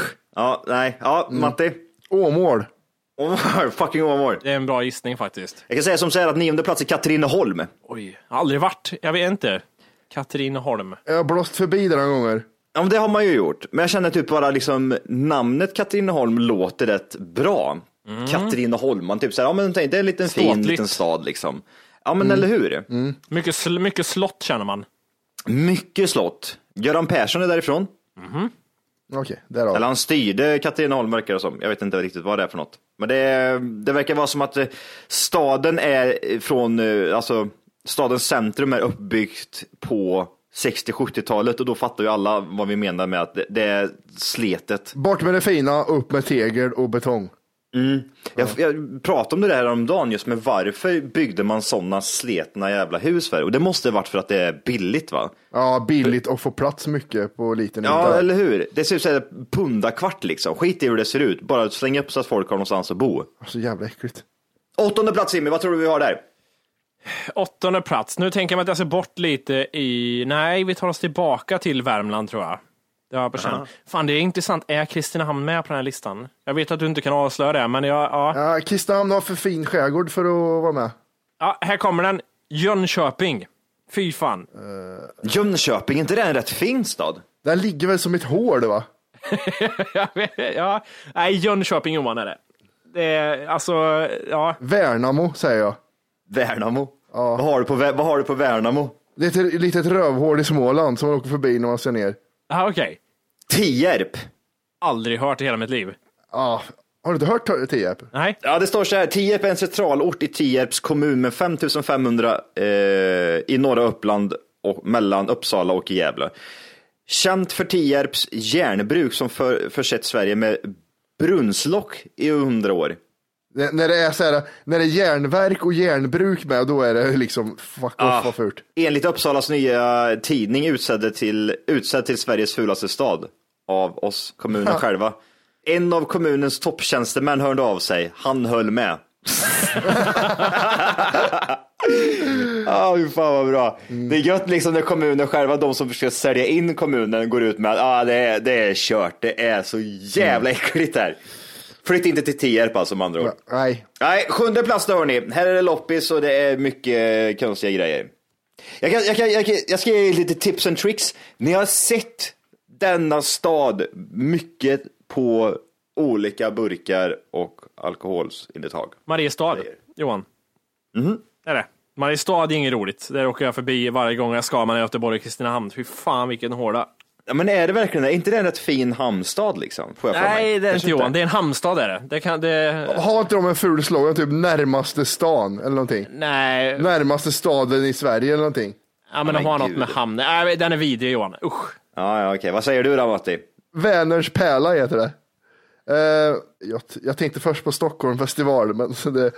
Matti? Åmål. Fucking Åmål. Det är en bra gissning faktiskt. Jag kan säga som säger att 9:e plats är Katrineholm. Oj, aldrig varit, jag vet inte. Katrineholm. Jag har blåst förbi det några gånger. Ja, men det har man ju gjort. Men jag känner typ bara liksom namnet Katrineholm låter rätt bra. Katrineholm, man typ säger, men det är en liten fin liten stad liksom. Ja, men eller hur? Mycket slott känner man. Mycket slott. Göran Persson är därifrån. Okej, därav. Eller han styrde Katrineholm verkar det som. Jag vet inte riktigt vad det är för något. Men det verkar vara som att staden är från, alltså stadens centrum är uppbyggt på 60-70-talet och då fattar ju alla vad vi menar med att det är sletet. Bort med det fina, upp med tegel och betong. Jag pratade om det där om dagen just med varför byggde man sådana sletna jävla hus för? Och det måste varit för att det är billigt, va? Ja, billigt och få plats mycket på liten yta. Ja, eller hur? Det ser ut som pundakvart liksom. Skit i hur det ser ut. Bara slänga upp så att folk har någonstans att bo. Så jävla äckligt. 8:e plats, Jimmy. Vad tror du vi har där? 8:e plats. Nu tänker jag mig att jag ser bort lite i... Nej, vi tar oss tillbaka till Värmland tror jag. Ja, fan, det är intressant. Är Kristinehamn med på den här listan? Jag vet att du inte kan avslöja det, men ja. Kristinehamn har för fin skärgård för att vara med. Ja, här kommer den. Jönköping. Fy fan. Jönköping, inte det en rätt fin stad? Den ligger väl som ett hål, va? Ja. Nej, Jönköping, Johan, är det. Det är, alltså, ja. Värnamo, säger jag. Värnamo? Ja. Vad har du på Värnamo? Det är ett litet rövhål i Småland som man åker förbi när man ser ner. Ja, okej. Tierp. Aldrig hört i hela mitt liv. Ja, har du inte hört Tierp? Nej. Ja, det står så här. Tierp är en centralort i Tierps kommun med 5500 i norra Uppland och mellan Uppsala och Gävle. Känt för Tierps järnbruk som försett Sverige med brunnslock i 100 år. När det är så här, när det är järnverk och järnbruk med, då är det liksom fuck off vad fult. Enligt Uppsalas nya tidning utsedd till Sveriges fulaste stad av oss, kommunen själva. En av kommunens topptjänstemän hörde av sig. Han höll med. Fan vad bra. Det är gött liksom när kommunen själva, de som försöker sälja in kommunen, går ut med att det är kört. Det är så jävla äckligt här. Flytt inte till Tierp alltså, med andra ord. Nej, 7:e plats då, hörni. Här är det loppis och det är mycket konstiga grejer. Jag ska ge lite tips and tricks. Ni har sett denna stad mycket på olika burkar och alkoholintag. Mariestad, Johan. Är det? Mariestad är inget roligt. Det åker jag förbi varje gång jag ska med Göteborg och Kristinehamn. Fy fan vilken hårda. Ja, men är det verkligen det? Är inte det en rätt fin hamnstad liksom? Nej, det är inte Johan. Det är en hamnstad är det. Har inte de en ful slogan, typ närmaste stan eller någonting? Nej. Närmaste staden i Sverige eller någonting? Ja, men de har något med hamn. Nej, den är vidrig, Johan. Usch. Ja, okej. Vad säger du då, Matti? Vänerns pärla heter det. Jag tänkte först på Stockholm festival, men så det...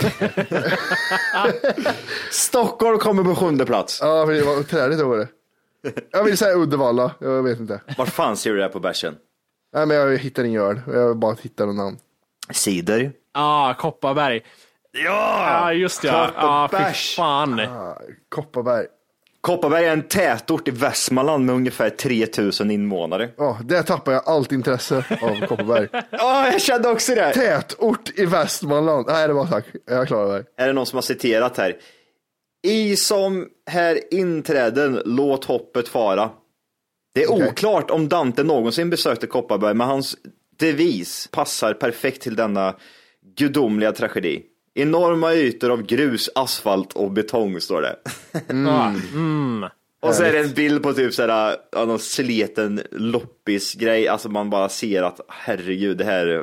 Stockholm kommer på 7:e plats. Ja, för det var träligt över det. Jag vill säga Uddevalla, jag vet inte. Var fan ser du det på bärsen? Nej, men jag hittar ingen öl. Jag bara hittar någon namn. Cider. Kopparberg. Ja, just det. Ja, fy fan. Kopparberg. Kopparberg är en tätort i Västmanland med ungefär 3000 invånare. Ja, där tappar jag allt intresse av Kopparberg. Ja, jag kände också det. Tätort i Västmanland. Nej, det var tack. Jag klarar det. Är det någon som har citerat här? I som här inträden, låt hoppet fara. Det är oklart om Dante någonsin besökte Kopparberg, men hans devis passar perfekt till denna gudomliga tragedi. Enorma ytor av grus, asfalt och betong, står det. Och så är det en bild på typ såhär, någon sleten loppis-grej. Alltså man bara ser att herregud,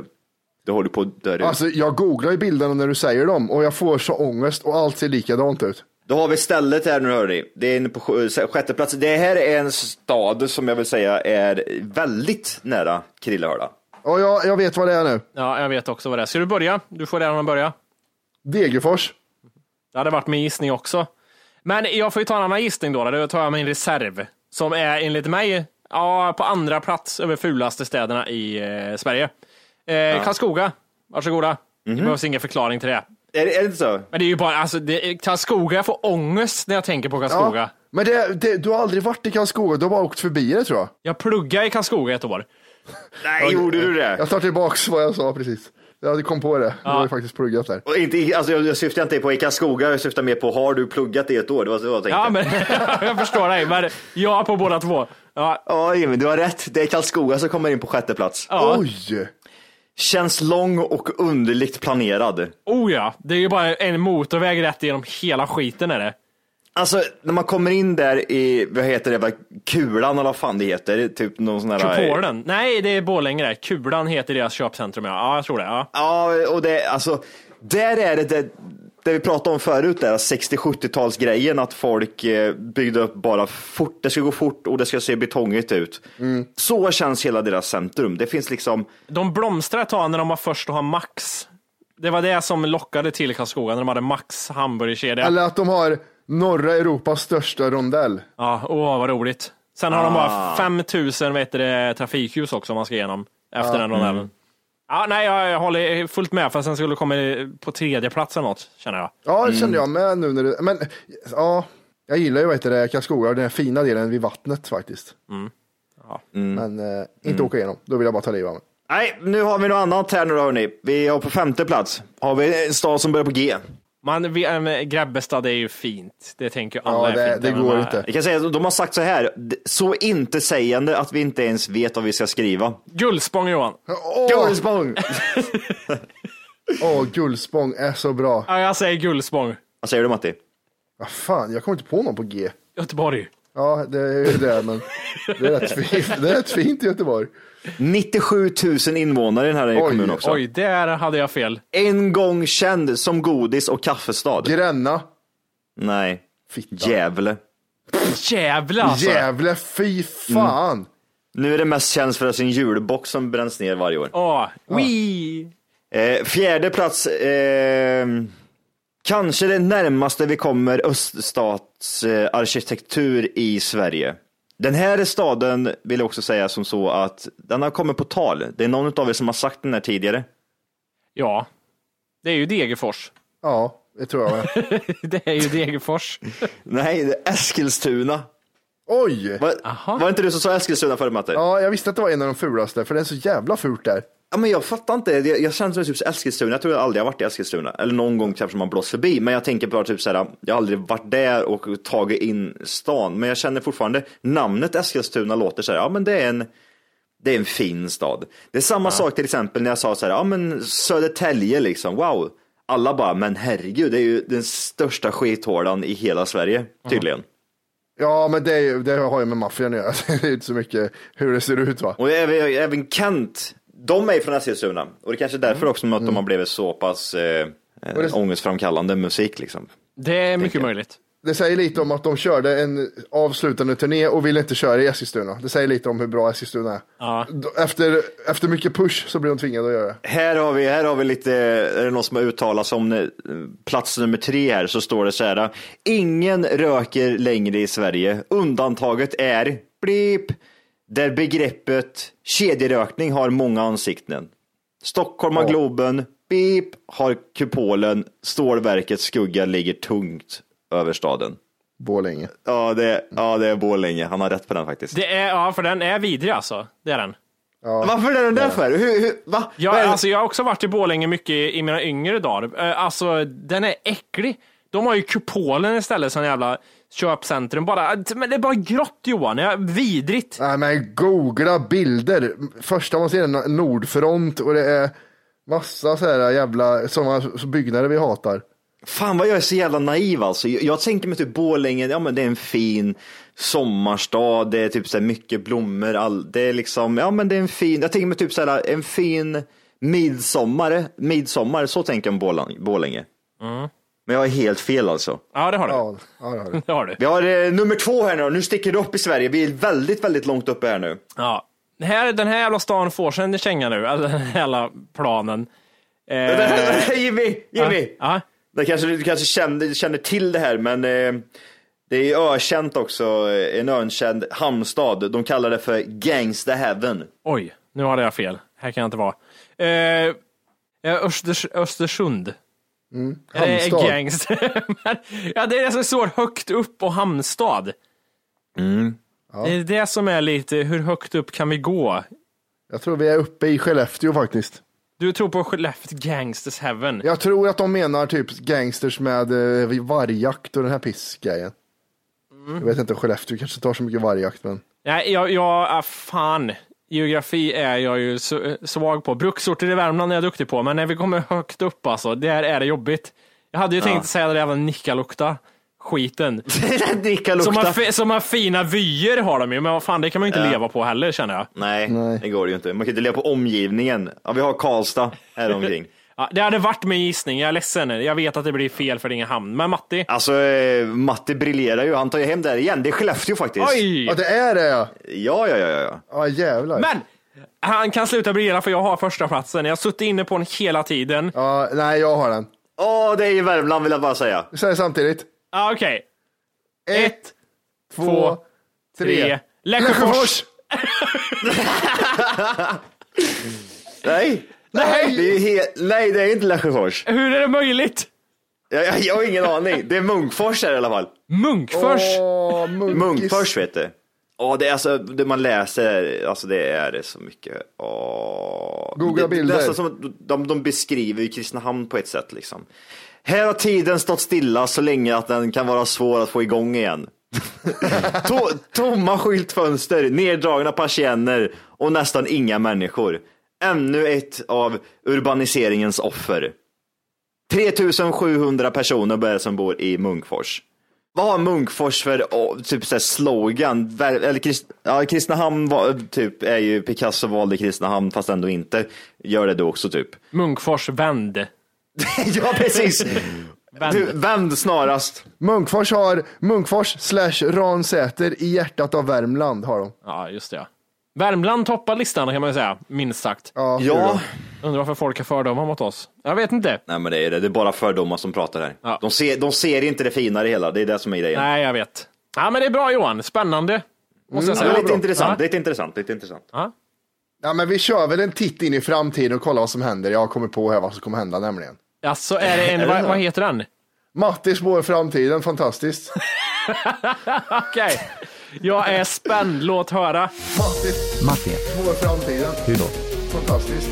det håller på att dö ut. Alltså jag googlar ju bilderna när du säger dem och jag får så ångest och allt ser likadant ut. Då har vi stället här nu, hörni. Det är inne på 6:e plats. Det här är en stad som jag vill säga är väldigt nära Krillehörda. Och jag vet vad det är nu. Ja, jag vet också vad det är. Ska du börja? Du får redan börja. Degerfors. Det hade varit min gissning också. Men jag får ju ta en annan gissning då. Då tar jag min reserv. Som är enligt mig på andra plats över fulaste städerna i Sverige. Karlskoga. Varsågoda. Det behövs ingen förklaring till det. Är det inte så? Men det är ju bara, alltså, Karlskoga, jag får ångest när jag tänker på Karlskoga. Ja, men du har aldrig varit i Karlskoga, du har bara åkt förbi det, tror jag. Jag pluggade i Karlskoga ett år. Nej, gjorde du det? Jag tar tillbaks vad jag sa precis. Jag kom på det. Jag har ju faktiskt pluggat där. Och inte, alltså jag syftar inte på i Karlskoga, jag syftar mer på, har du pluggat i ett år? Det var så jag tänkte. Ja, men jag förstår dig, men jag på båda två. Ja, Jimmy, du har rätt. Det är Karlskoga som kommer in på 6:e plats. Ja. Oj! Känns lång och underligt planerad. Oh ja, det är ju bara en motorväg rätt igenom hela skiten är det. Alltså, när man kommer in där i, vad heter det, Kulan eller vad fan det heter, typ någon sån här... Kupolen? Nej, det är Borlänge där. Kulan heter deras köpcentrum, ja, jag tror det, ja. Ja, och det, alltså, där är det vi pratade om förut där, 60-70-talsgrejen, att folk byggde upp bara fort, det ska gå fort och det ska se betongigt ut. Så känns hela deras centrum. Det finns liksom... De blomstrade ett tag när de var först att ha Max. Det var det som lockade till Karlskoga, när de hade Max hamburgerkedja. Eller att de har norra Europas största rondell. Ja, vad roligt. Sen har de bara 5000 trafikljus också om man ska igenom efter den rondellen. Ja, nej, jag håller fullt med, för sen skulle komma på 3:e plats eller något, känner jag. Ja, det kände jag med nu när men ja, jag gillar ju Karlskoga, den här fina delen vid vattnet faktiskt. Men inte åka igenom, då vill jag bara ta liv av mig. Nej, nu har vi något annat här nu då, hörni. Vi har på 5:e plats. Har vi en stad som börjar på G. Grebbestad är ju fint. Det tänker alla är fint. Det går inte. Jag kan säga att de har sagt så här, så inte sägande att vi inte ens vet vad vi ska skriva. Gullspång, Johan. Gullspång! Gullspång är så bra. Ja, jag säger Gullspång. Vad säger du, Matti? Vad fan, jag kommer inte på någon på G. Göteborg. Ja, det är ju det, men det är rätt fint i Göteborg. 97 000 invånare i den här kommunen också. Oj, där hade jag fel. En gång känd som godis- och kaffestad. Gränna. Nej. Fitta. Gävle. Gävle alltså. Gävle, fy fan. Nu är det mest känt för sin julbox som bränns ner varje år. Wee. 4:e plats. Kanske det närmaste vi kommer öststatsarkitektur i Sverige. Den här staden vill jag också säga som så att den har kommit på tal. Det är någon av er som har sagt den här tidigare. Ja, det är ju Degerfors. Ja, det tror jag. Det är ju Degerfors. Nej, det är Eskilstuna. Oj! Var inte du som sa Eskilstuna förra, Matte? Ja, jag visste att det var en av de fulaste, för det är så jävla fult där. Ja, men jag fattar inte. Jag känner som typ Eskilstuna. Jag tror jag aldrig har varit i Eskilstuna. Eller någon gång kanske man blåst förbi. Men jag tänker bara typ såhär, jag har aldrig varit där och tagit in stan. Men jag känner fortfarande, namnet Eskilstuna låter såhär, ja men det är en fin stad. Det är samma sak till exempel när jag sa såhär, ja men Södertälje liksom, wow. Alla bara, men herregud, det är ju den största skithårdan i hela Sverige, tydligen. Ja, men det har ju med maffian att göra. Det är inte så mycket hur det ser ut, va? Och även Kent, de är från Eskilstuna. Och det är kanske därför också att de har blivit så pass ångestframkallande musik liksom. Det är mycket möjligt. Det säger lite om att de körde en avslutande turné och ville inte köra i Eskilstuna. Det säger lite om hur bra Eskilstuna är. Ja. Efter mycket push så blir de tvingade att göra det. Här har vi lite, är det någon som har uttalat sig om plats nummer 3 här, så står det så här: ingen röker längre i Sverige. Undantaget är blip där begreppet kedjerökning har många ansikten. Stockholm har Globen, Beep har kupolen, stålverkets skugga ligger tungt över staden. Borlänge. Ja, det är Borlänge. Han har rätt på den faktiskt. För den är vidrig alltså. Det är den. Ja. Varför är den där för? Va? Jag har också varit i Borlänge mycket i mina yngre dagar. Alltså, den är äcklig. De har ju kupolen istället, sån jävla köpcentrum. Men det är bara grått, Johan. Det är vidrigt. Nej, men googla bilder. Första man ser en Nordfront och det är massa så här jävla sådana byggnader vi hatar. Fan vad jag är så jävla naiv alltså. Jag tänker mig typ Borlänge, ja men det är en fin sommarstad, det är typ så här mycket blommor, det är liksom, ja men det är en fin, jag tänker mig typ så här en fin midsommar, så tänker jag om Borlänge. Men jag är helt fel alltså. Ja, det har du. Ja, det har du. Vi har nummer 2 här nu sticker det upp i Sverige, vi är väldigt, väldigt långt uppe här nu. Ja, den här jävla stan får sig en känga nu, alltså den här jävla planen. Jimmy! Ja. Du kanske känner till det här, men det är ökänt också, en ökänd hamnstad. De kallar det för Gangsta Heaven. Oj, nu hade jag fel. Här kan jag inte vara. Östersund. Hamnstad. Gangsta. Ja, det är det som står högt upp och hamnstad. Ja. Det är det som är lite, hur högt upp kan vi gå? Jag tror vi är uppe i Skellefteå faktiskt. Du tror på Skellefteå Gangsters Heaven? Jag tror att de menar typ gangsters med vargjakt och den här pissgrejen. Jag vet inte, Skellefteå kanske tar så mycket vargjakt, men... Nej, jag fan. Geografi är jag ju svag på. Bruksorter i Värmland är jag duktig på, men när vi kommer högt upp alltså, där är det jobbigt. Jag hade ju tänkt säga det jävla Nikkaluokta skiten. Som har fina vyer har de ju, men vad fan, det kan man ju inte leva på heller, känner jag. Nej, det går ju inte. Man kan inte leva på omgivningen. Ja, vi har Karlstad här omkring. Ja, det hade varit min gissning, jag är ledsen. Jag vet att det blir fel för din hamn. Men Matti? Alltså, Matti briljerar ju. Han tar ju hem där igen. Det är Skellefteå faktiskt. Oj! Ja, det är det, ja. Ja. Ja, jävlar. Men! Han kan sluta briljera för jag har första platsen. Jag har suttit inne på den hela tiden. Ja, nej, jag har den. Det är i Värmland, vill jag bara säga. Vi säger samtidigt. Ja, okej. 1, 2, 3. Lesjöfors! Nej, det är inte Lesjöfors. Hur är det möjligt? Jag har ingen aning. Det är Munkfors här i alla fall. Munkfors? Munkfors, vet du. Det är alltså, det man läser, alltså det är så mycket. Googla bilder. Det är som de beskriver ju Kristinehamn på ett sätt liksom. Här har tiden stått stilla så länge att den kan vara svår att få igång igen. Tomma skyltfönster, neddragna persienner och nästan inga människor. Ännu ett av urbaniseringens offer. 3700 personer som bor i Munkfors. Vad har Munkfors för typ så här slogan? Eller Kristinehamn typ är ju Picasso valde Kristinehamn fast ändå inte gör det då också typ. Munkfors vänd. Ja, precis. Vänd snarast. Munkfors/Ransäter i hjärtat av Värmland har de. Ja, just det. Värmland toppar listan kan man ju säga, minst sagt. Ja. Undrar varför folk har fördomar mot oss. Jag vet inte. Nej, men det är bara fördomar som pratar här. Ja. De ser inte det fina i det hela, det är det som är grejen. Nej, jag vet. Ja, men det är bra, Johan. Spännande. Måste jag säga. Lite intressant, lite intressant. Ja. Ja, men vi kör väl en titt in i framtiden och kollar vad som händer. Jag har kommit på här vad som kommer hända nämligen. Ja, så är det en, vad heter den? Matti spår framtiden, fantastiskt. Okej. Jag är spänd, låt höra. Matti spår framtiden. Hur då? Fantastiskt.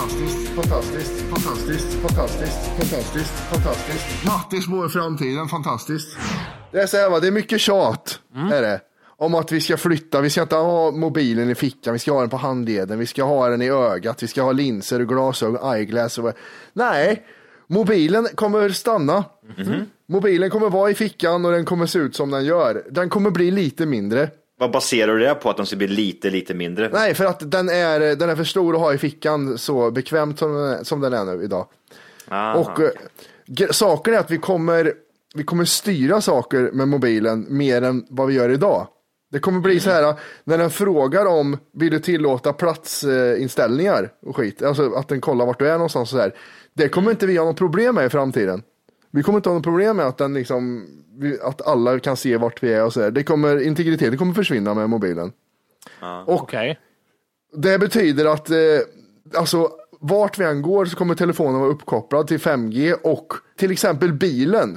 Matti spår framtiden, fantastiskt. Det är så här, va? Det är mycket tjat, är det. Om att vi ska flytta, vi ska inte ha mobilen i fickan, vi ska ha den på handleden, vi ska ha den i ögat, vi ska ha linser och glasögon, eyeglass och... Nej, mobilen kommer stanna. Mobilen kommer vara i fickan och den kommer se ut som den gör. Den kommer bli lite mindre. Vad baserar du det på att de ska bli lite mindre? Nej, för att den är för stor att ha i fickan så bekvämt som den är nu idag. Aha. Och saken är att vi kommer styra saker med mobilen mer än vad vi gör idag. Det kommer bli så här, när den frågar om vill du tillåta platsinställningar och skit, alltså att den kollar vart du är någonstans så här. Det kommer inte vi ha något problem med i framtiden. Vi kommer inte ha något problem med att den liksom, att alla kan se vart vi är och så här. Integriteten kommer försvinna med mobilen. Och det betyder att alltså, vart vi än går så kommer telefonen vara uppkopplad till 5G och till exempel bilen.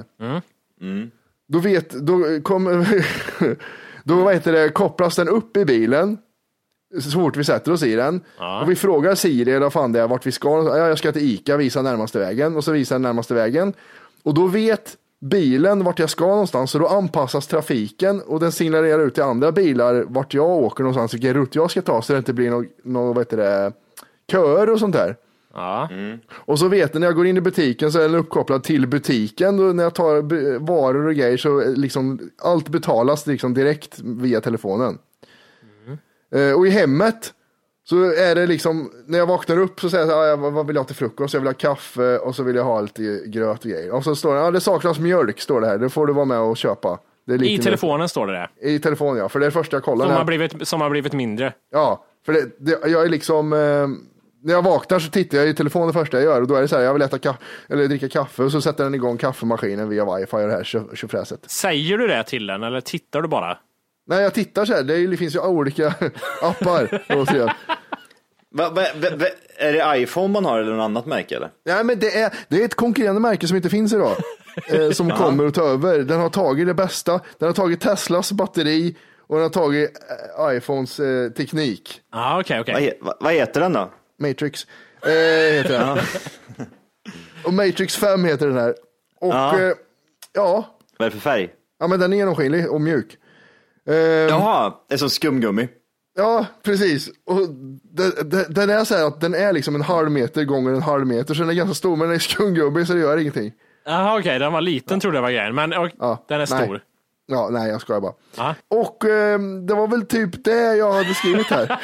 Då kopplas den upp i bilen så fort vi sätter oss i den. Och vi frågar Siri eller vad fan det är vart vi ska. Jag ska till Ica, visa närmaste vägen. Och så visar den närmaste vägen. Och då vet bilen vart jag ska någonstans. Så då anpassas trafiken och den signalerar ut till andra bilar vart jag åker någonstans. Vilken rutt jag ska ta så det inte blir någon köer och sånt där. Och så vet den när jag går in i butiken så är den uppkopplad till butiken. Och när jag tar varor och grejer så liksom allt betalas liksom direkt via telefonen. Och i hemmet så är det liksom, när jag vaknar upp så säger jag vad vill jag ha till frukost? Jag vill ha kaffe och så vill jag ha lite gröt och grejer. Och så står det, det saknas mjölk står det här. Det får du vara med och köpa. Det är I telefonen står det där. I telefonen, ja. För det är det första jag kollar. Som har blivit mindre. Ja, för jag är liksom... när jag vaknar så tittar jag i telefonen det första jag gör. Och då är det så här, jag vill dricka kaffe. Och så sätter den igång kaffemaskinen via wifi och det här tjofräset. Säger du det till den eller tittar du bara? Nej, jag tittar så här. Det finns ju olika appar. Är det iPhone man har eller något annat märke eller? Nej, men det är ett konkurrerande märke som inte finns idag. Som kommer att ta över. Den har tagit det bästa. Den har tagit Teslas batteri och den har tagit iPhones teknik. Okej. Vad heter den då? Matrix heter den. Och Matrix 5 heter den här. Och vad är det för färg? Ja, men den är genomskinlig och mjuk. Jaha, det är som skumgummi. Ja, precis. Och den är så här att den är liksom 1/2 meter gånger 1/2 meter, så den är ganska stor, men den är skumgummi så det gör ingenting. Jaha, okej, den var liten trodde jag var grejen, men den är stor. Ja, nej, jag skojar bara. Och det var väl typ det jag hade skrivit här.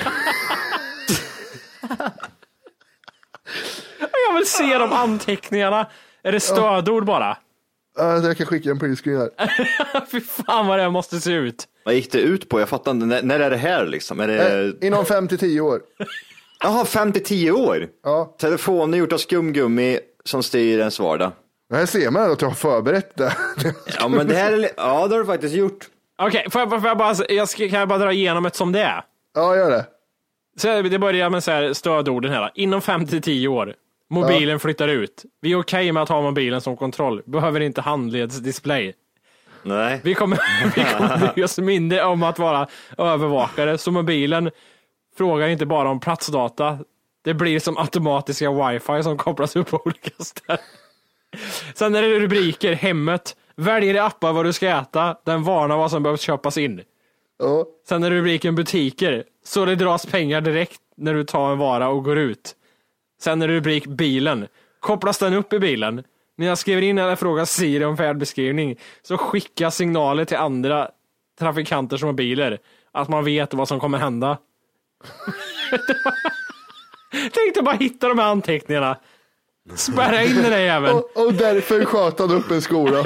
Jag vill se de anteckningarna. Är det stödord bara? Jag kan skicka en printscreen här. Fy fan vad det måste se ut. Vad gick det ut på? Jag fattar inte. När är det här liksom? Är det... Inom 5-10 år. Jaha, 5-10 år? Ja. Telefonen gjort av skumgummi som styr ens vardag. Här ser man att jag har förberett det. Ja, men det här det har du faktiskt gjort. Okej, kan jag bara dra igenom ett som det är? Ja, gör det. Så det börjar med så här stödorden här. Inom 5-10 år. Mobilen flyttar ut. Vi är okej med att ha mobilen som kontroll. Behöver inte handledsdisplay. Nej. Vi kommer bry oss mindre om att vara övervakare. Så mobilen frågar inte bara om platsdata. Det blir som automatiska wifi som kopplas upp på olika ställen. Sen är det rubriker. Hemmet. Väljer i appar vad du ska äta. Den varnar vad som behöver köpas in. Sen är det rubriken butiker. Så det dras pengar direkt när du tar en vara och går ut. Sen är det rubrik bilen. Kopplas den upp i bilen? När jag skriver in eller frågar Siri om färdbeskrivning så skickar signaler till andra trafikanter som har bilar. Att man vet vad som kommer hända. Tänkte bara hitta de här anteckningarna. Spärra in den där jäveln. Och därför sköt han upp en skola.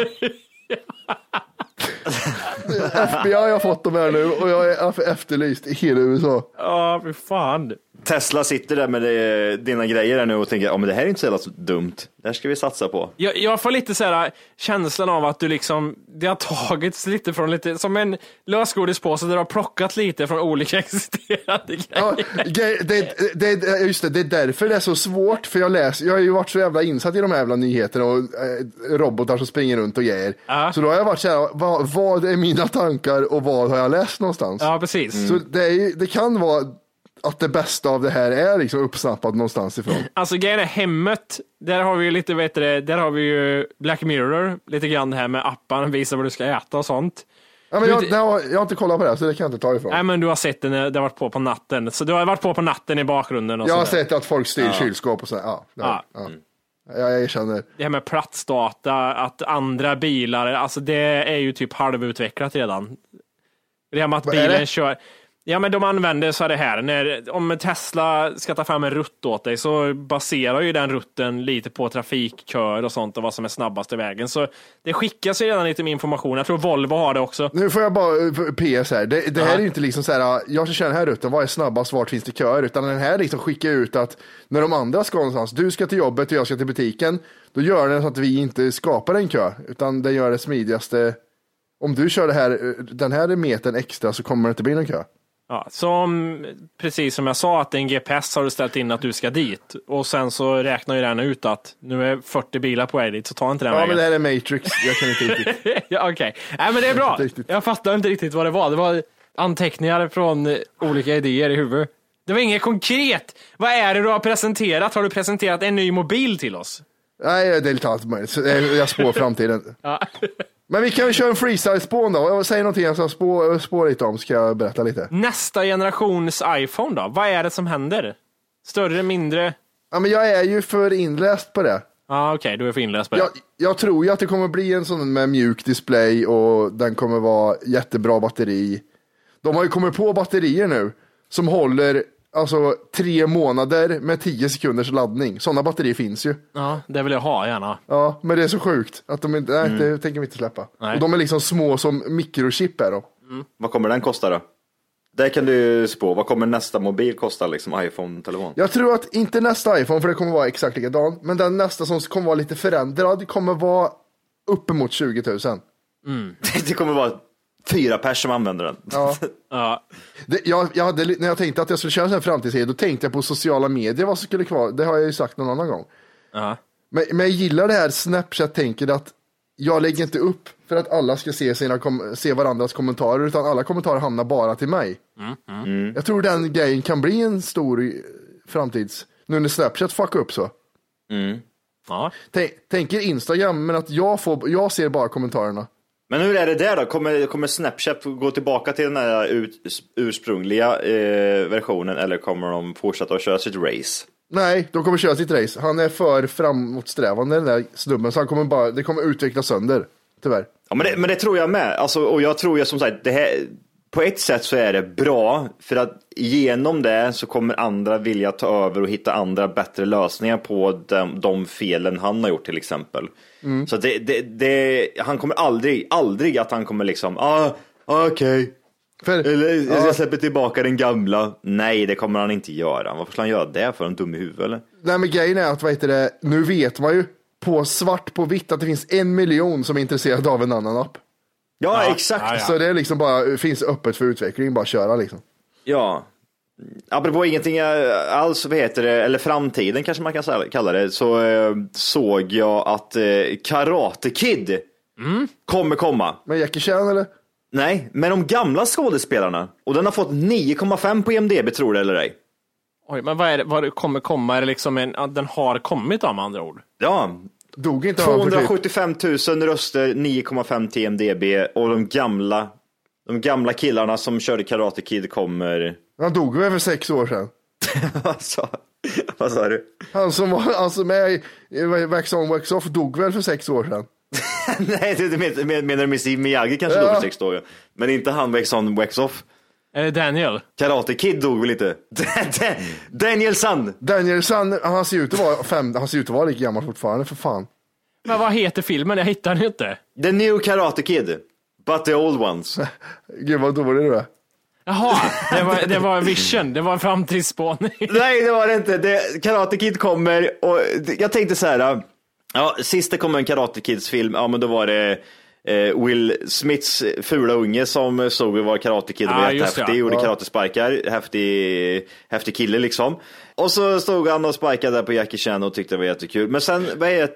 FBI har fått dem här nu och jag är efterlyst i hela USA. Ja, för fan. Tesla sitter där med dina grejer här nu och tänker, men det här är inte så jävla dumt. Det här ska vi satsa på. Jag får lite så här känslan av att du liksom, det har tagits lite från lite, som en lösgodispåse där du har plockat lite från olika existerande grejer. Ja, just det, det är därför det är så svårt, för jag har ju varit så jävla insatt i de här jävla nyheterna och robotar som springer runt och grejer. Så då har jag varit så här, vad är mina tankar och vad har jag läst någonstans? Ja, precis. Så det kan vara att det bästa av det här är liksom uppsnappat någonstans ifrån. Alltså grejen är hemmet, där har vi ju lite, där har vi ju Black Mirror, lite grann det här med appen, visa vad du ska äta och sånt. Ja, men jag har inte kollat på det här, så det kan jag inte ta ifrån. Nej, men du har sett det när det har varit på natten. Så du har varit på natten i bakgrunden. Och jag har sett att folk styr kylskåp och så. Jag erkänner. Det här med platsdata, att andra bilar, alltså det är ju typ halvutvecklat redan. Det här med att bilen kör... Ja, men de använder så det här. Om Tesla ska ta fram en rutt åt dig så baserar ju den rutten lite på trafikkör och sånt och vad som är snabbaste vägen. Så det skickas ju redan lite med information. Jag tror Volvo har det också. Nu får jag bara PS här. Det här är ju inte liksom så här, jag ska köra den här rutten, vad är snabbast, vart finns det kör? Utan den här liksom skickar ut att när de andra ska någonstans, du ska till jobbet och jag ska till butiken, då gör den så att vi inte skapar en kö, utan den gör det smidigaste. Om du kör den här metern extra så kommer det inte bli någon kö. Ja, precis som jag sa att en GPS har du ställt in att du ska dit. Och sen så räknar ju den ut att nu är 40 bilar på väg dit, så ta inte den vägen. Ja, men det här är Matrix. Jag kan inte riktigt. Ja, okej. Nej, men det är bra. Jag fattar inte riktigt vad det var. Det var anteckningar från olika idéer i huvudet. Det var inget konkret. Vad är det du har presenterat? Har du presenterat en ny mobil till oss? Nej, det är lite allt möjligt. Jag spår framtiden. Ja. Men vi kan ju köra en freestyle-spån då. Säg någonting jag ska spå lite om, ska jag berätta lite. Nästa generations iPhone då? Vad är det som händer? Större, mindre? Ja, men jag är ju för inläst på det. Ja, okej, du är för inläst på det. Jag tror ju att det kommer bli en sån med mjuk display och den kommer vara jättebra batteri. De har ju kommit på batterier nu som håller alltså 3 månader med 10 sekunders laddning. Sådana batterier finns ju. Ja, det vill jag ha gärna. Ja, men det är så sjukt att de inte, nej, det tänker vi inte släppa. Nej. Och de är liksom små som mikrochip är då. Vad kommer den kosta då? Där kan du spå. Vad kommer nästa mobil kosta, liksom iPhone-telefon? Jag tror att inte nästa iPhone, för det kommer vara exakt likadan, men den nästa som kommer vara lite förändrad kommer vara uppemot 20 000. Det kommer vara 4 pers som använder den. Ja. Ja. Jag hade, när jag tänkte att jag skulle köra en framtidsserie, då tänkte jag på sociala medier, vad som skulle kvar. Det har jag ju sagt någon annan gång. Ja. Men jag gillar det här Snapchat-tänket att jag lägger inte upp för att alla ska se varandras kommentarer, utan alla kommentarer hamnar bara till mig. Jag tror den grejen kan bli en stor framtids... Nu när Snapchat fuckar upp så. Ja. Tänker Instagram, men att jag ser bara kommentarerna. Men hur är det där då? Kommer Snapchat gå tillbaka till den här ursprungliga versionen, eller kommer de fortsätta att köra sitt race? Nej, de kommer köra sitt race. Han är för framåtsträvande, den där snubben, så det kommer utvecklas sönder, tyvärr. Ja, men det tror jag med. Alltså, och jag tror ju som sagt, det här, på ett sätt så är det bra, för att genom det så kommer andra vilja ta över och hitta andra bättre lösningar på de felen han har gjort till exempel. Så han kommer aldrig att han kommer liksom, okej. Jag släpper tillbaka den gamla. Nej, det kommer han inte göra. Varför ska han göra det? För en dum i huvudet eller? Nej, men grejen är att nu vet man ju på svart på vitt att det finns 1 miljon som är intresserade av en annan app. Ja, exakt. Ja. Så det är liksom bara finns öppet för utveckling, bara köra liksom. Ja. Apropå ingenting alls, eller framtiden kanske man kan kalla det, så såg jag att Karate Kid kommer komma. Med Jackie Chan eller? Nej, men de gamla skådespelarna. Och den har fått 9,5 på IMDb, tror det eller ej. Oj, men vad det kommer komma? Är det liksom den har kommit om andra ord? Ja. Dog inte 275 000 röster, 9,5 till IMDb. Och de gamla killarna som körde Karate Kid kommer... Han dog väl för 6 år sedan. Vad sa du? Han som var med i Wax On Wax Off dog väl för 6 år sedan. Nej, menar du Miyagi kanske dog för 6 år. Men inte han Wax On Wax Off. Daniel. Karate Kid dog väl inte. Daniel San, han ser ut att vara lika gammal fortfarande, för fan. Men vad heter filmen? Jag hittar den inte. The New Karate Kid, but the old ones. Gud vad dålig du är. Jaha, det var en vision. Det var en framtidsspåning. Nej, det var det inte. Karate Kid kommer, och jag tänkte så här. Ja, sist det kom en Karate Kids film, ja men då var det Will Smiths fula unge som såg var Karate Kid och var jättehäftig, gjorde karatesparkar, häftig kille liksom. Och så stod han och sparkade där på Jackie Chan och tyckte det var jättekul. Men sen,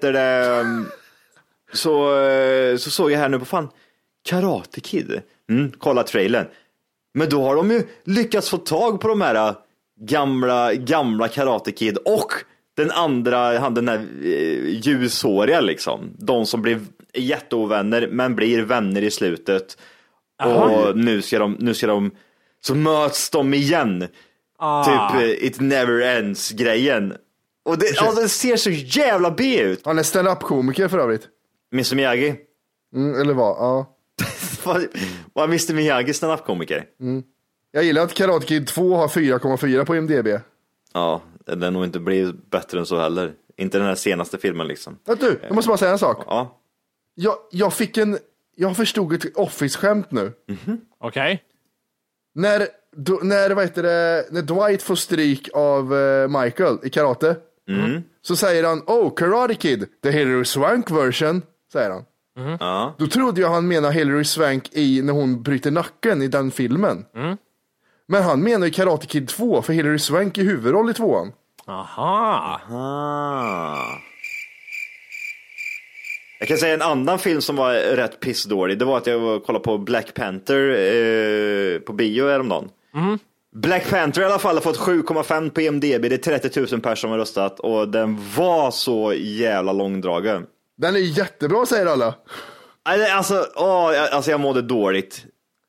så såg jag här nu på fan Karate Kid. Kolla trailern. Men då har de ju lyckats få tag på de här gamla Karate Kid och den andra, den här ljushåriga liksom. De som blir jätteovänner men blir vänner i slutet. Aha. Och nu ska de så möts de igen. Typ it never ends grejen. Och det ser så jävla B ut. Han är stand-up-komiker för övrigt. Mr. Miyagi. Eller vad? Ja. Vad Mr. Miyagi stand-up-komiker? Jag gillar att Karate Kid 2 har 4,4 på IMDb. Ja, det har nog inte blivit bättre än så heller. Inte den här senaste filmen liksom. Du, jag måste bara säga en sak. Ja. Jag förstod ett Office-skämt nu. Okej. När Dwight får stryk av Michael i karate, så säger han, Karate Kid, the Hilary Swank version, säger han. Då trodde jag han menar Hilary Swank när hon bryter nacken i den filmen. Men han menar ju Karate Kid 2, för Hilary Swank i huvudroll i 2:an. Aha. Jag kan säga en annan film som var rätt pissdålig. Det var att jag kollade på Black Panther på bio häromdagen. Black Panther i alla fall har fått 7,5 på IMDb. Det är 30 000 personer som har röstat. Och den var så jävla långdragen. Den är jättebra, säger alla. Alltså jag mådde dåligt.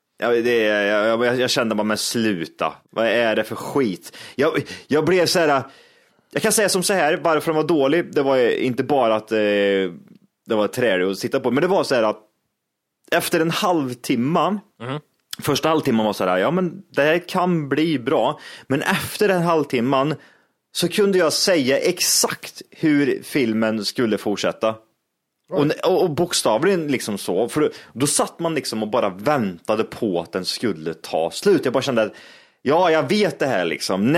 Jag kände bara, men sluta. Vad är det för skit? Jag blev så här. Jag kan säga som så här, bara för att den var dålig. Det var inte bara att det var träligt att sitta på, men det var så här att efter en halvtimme, första halvtimman var så här, ja men det här kan bli bra, men efter den halvtimman så kunde jag säga exakt hur filmen skulle fortsätta. Och bokstavligen liksom så, för då satt man liksom och bara väntade på att den skulle ta slut. Jag bara kände att ja, jag vet det här liksom.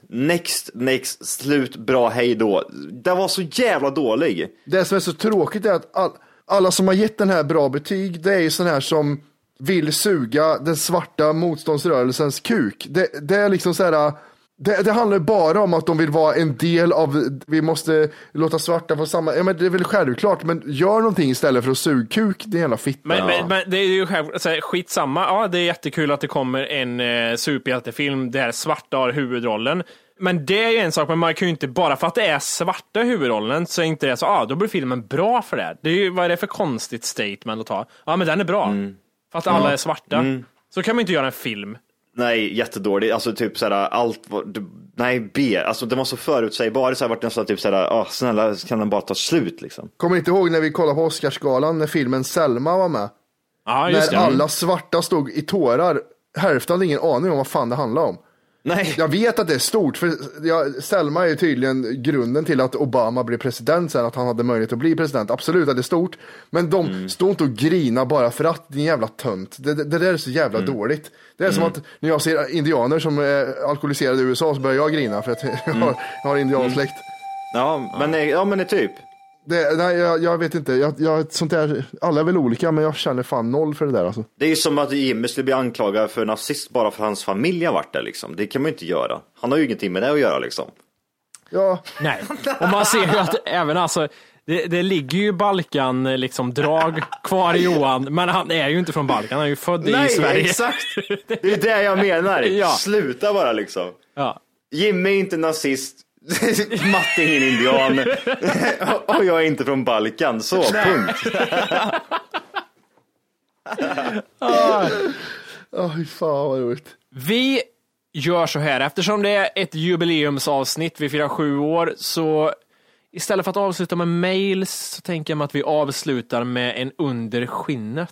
Next, slut, bra, hej då. Det var så jävla dålig. Det som är så tråkigt är att alla som har gett den här bra betyg, det är ju sån här som vill suga den svarta motståndsrörelsens kuk. Det är liksom så här. Det handlar bara om att de vill vara en del av, vi måste låta svarta få samma, ja men det är väl självklart, men gör någonting istället för att suga kuk, det är jävla fitta. Men det är ju skitsamma, ja det är jättekul att det kommer en superhjältefilm där svarta har huvudrollen, men det är ju en sak, men man kan ju inte, bara för att det är svarta huvudrollen så är inte det så, då blir filmen bra för det. Det är ju, vad är det för konstigt statement att ta? Ja men den är bra, för att alla är svarta. Så kan man inte göra en film. Nej, jättedåligt. Alltså typ såhär, allt var, alltså det var så förutsägbar. Så här vart nästan typ såhär, snälla kan den bara ta slut liksom. Kommer inte ihåg när vi kollade på Oscarsgalan när filmen Selma var med? Ja, just när alla svarta stod i tårar. Hälften hade ingen aning om vad fan det handlade om. Nej. Jag vet att det är stort, för Selma är ju tydligen grunden till att Obama blev president sen, att han hade möjlighet att bli president. Absolut att det är stort, men de stod inte och grina bara för att din jävla tönt. Det där är så jävla dåligt. Det är som att när jag ser indianer som är alkoholiserade i USA så börjar jag grina för att jag har indiansläkt. Ja, men det typ. Jag vet inte, sånt där, alla är väl olika, men jag känner fan noll för det där alltså. Det är ju som att Jimmy skulle bli anklagad för nazist bara för hans familj har varit där liksom. Det kan man ju inte göra. Han har ju ingenting med det att göra liksom. Ja. Nej, och man ser ju att även alltså det ligger ju Balkan liksom drag kvar i Johan, men han är ju inte från Balkan, han är ju född i Sverige. Nej, exakt. Det är det jag menar. Ja. Sluta bara liksom. Ja. Jimmy är inte nazist. Matte är ingen indian. Och jag är inte från Balkan. Så, punkt. Fan vad roligt. Vi gör så här, eftersom det är ett jubileumsavsnitt, vi firar 7 år, så istället för att avsluta med mails så tänker jag mig att vi avslutar med en under skinnet.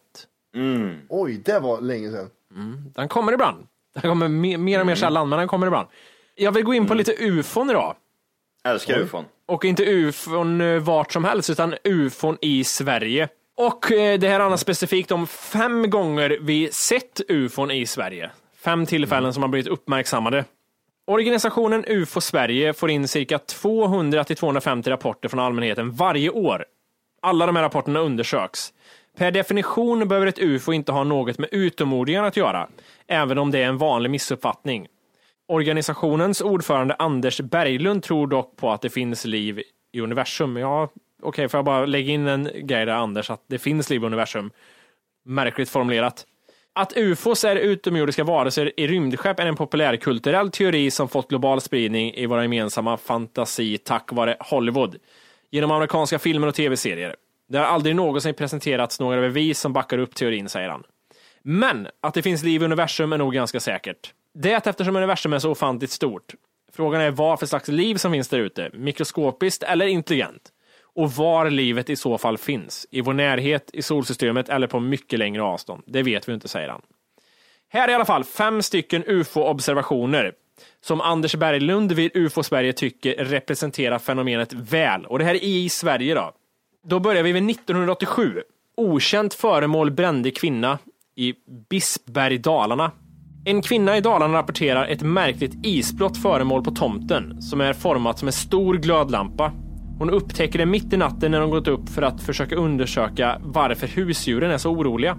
Oj, det var länge sedan. Den kommer ibland. Den kommer mer och mer sällan, men den kommer ibland. Jag vill gå in på lite ufon idag. Älskar ufon. Och inte ufon vart som helst, utan ufon i Sverige. Och det här handlar specifikt om 5 gånger vi sett ufon i Sverige. 5 tillfällen som har blivit uppmärksammade. Organisationen UFO Sverige får in cirka 200-250 rapporter från allmänheten varje år. Alla de här rapporterna undersöks. Per definition behöver ett UFO inte ha något med utomjordingar att göra, även om det är en vanlig missuppfattning. Organisationens ordförande Anders Berglund tror dock på att det finns liv i universum. Ja, okej, får jag bara lägga in en grej där, Anders, att det finns liv i universum. Märkligt formulerat. Att UFOs är utomjordiska varelser i rymdskepp är en populärkulturell teori som fått global spridning i våra gemensamma fantasi tack vare Hollywood. Genom amerikanska filmer och tv-serier. Det har aldrig någonsin presenterats några bevis som backar upp teorin, säger han. Men att det finns liv i universum är nog ganska säkert. Det är eftersom universum är så ofantligt stort. Frågan är vad för slags liv som finns där ute. Mikroskopiskt eller intelligent. Och var livet i så fall finns. I vår närhet, i solsystemet eller på mycket längre avstånd. Det vet vi inte, säger han. Här är i alla fall 5 stycken UFO-observationer. Som Anders Berglund vid UFO Sverige tycker representerar fenomenet väl. Och det här är i Sverige då. Då börjar vi vid 1987. Okänt föremål brände kvinna i Bispberg, Dalarna. En kvinna i Dalarna rapporterar ett märkligt isblått föremål på tomten som är format som en stor glödlampa. Hon upptäcker det mitt i natten när hon gått upp för att försöka undersöka varför husdjuren är så oroliga.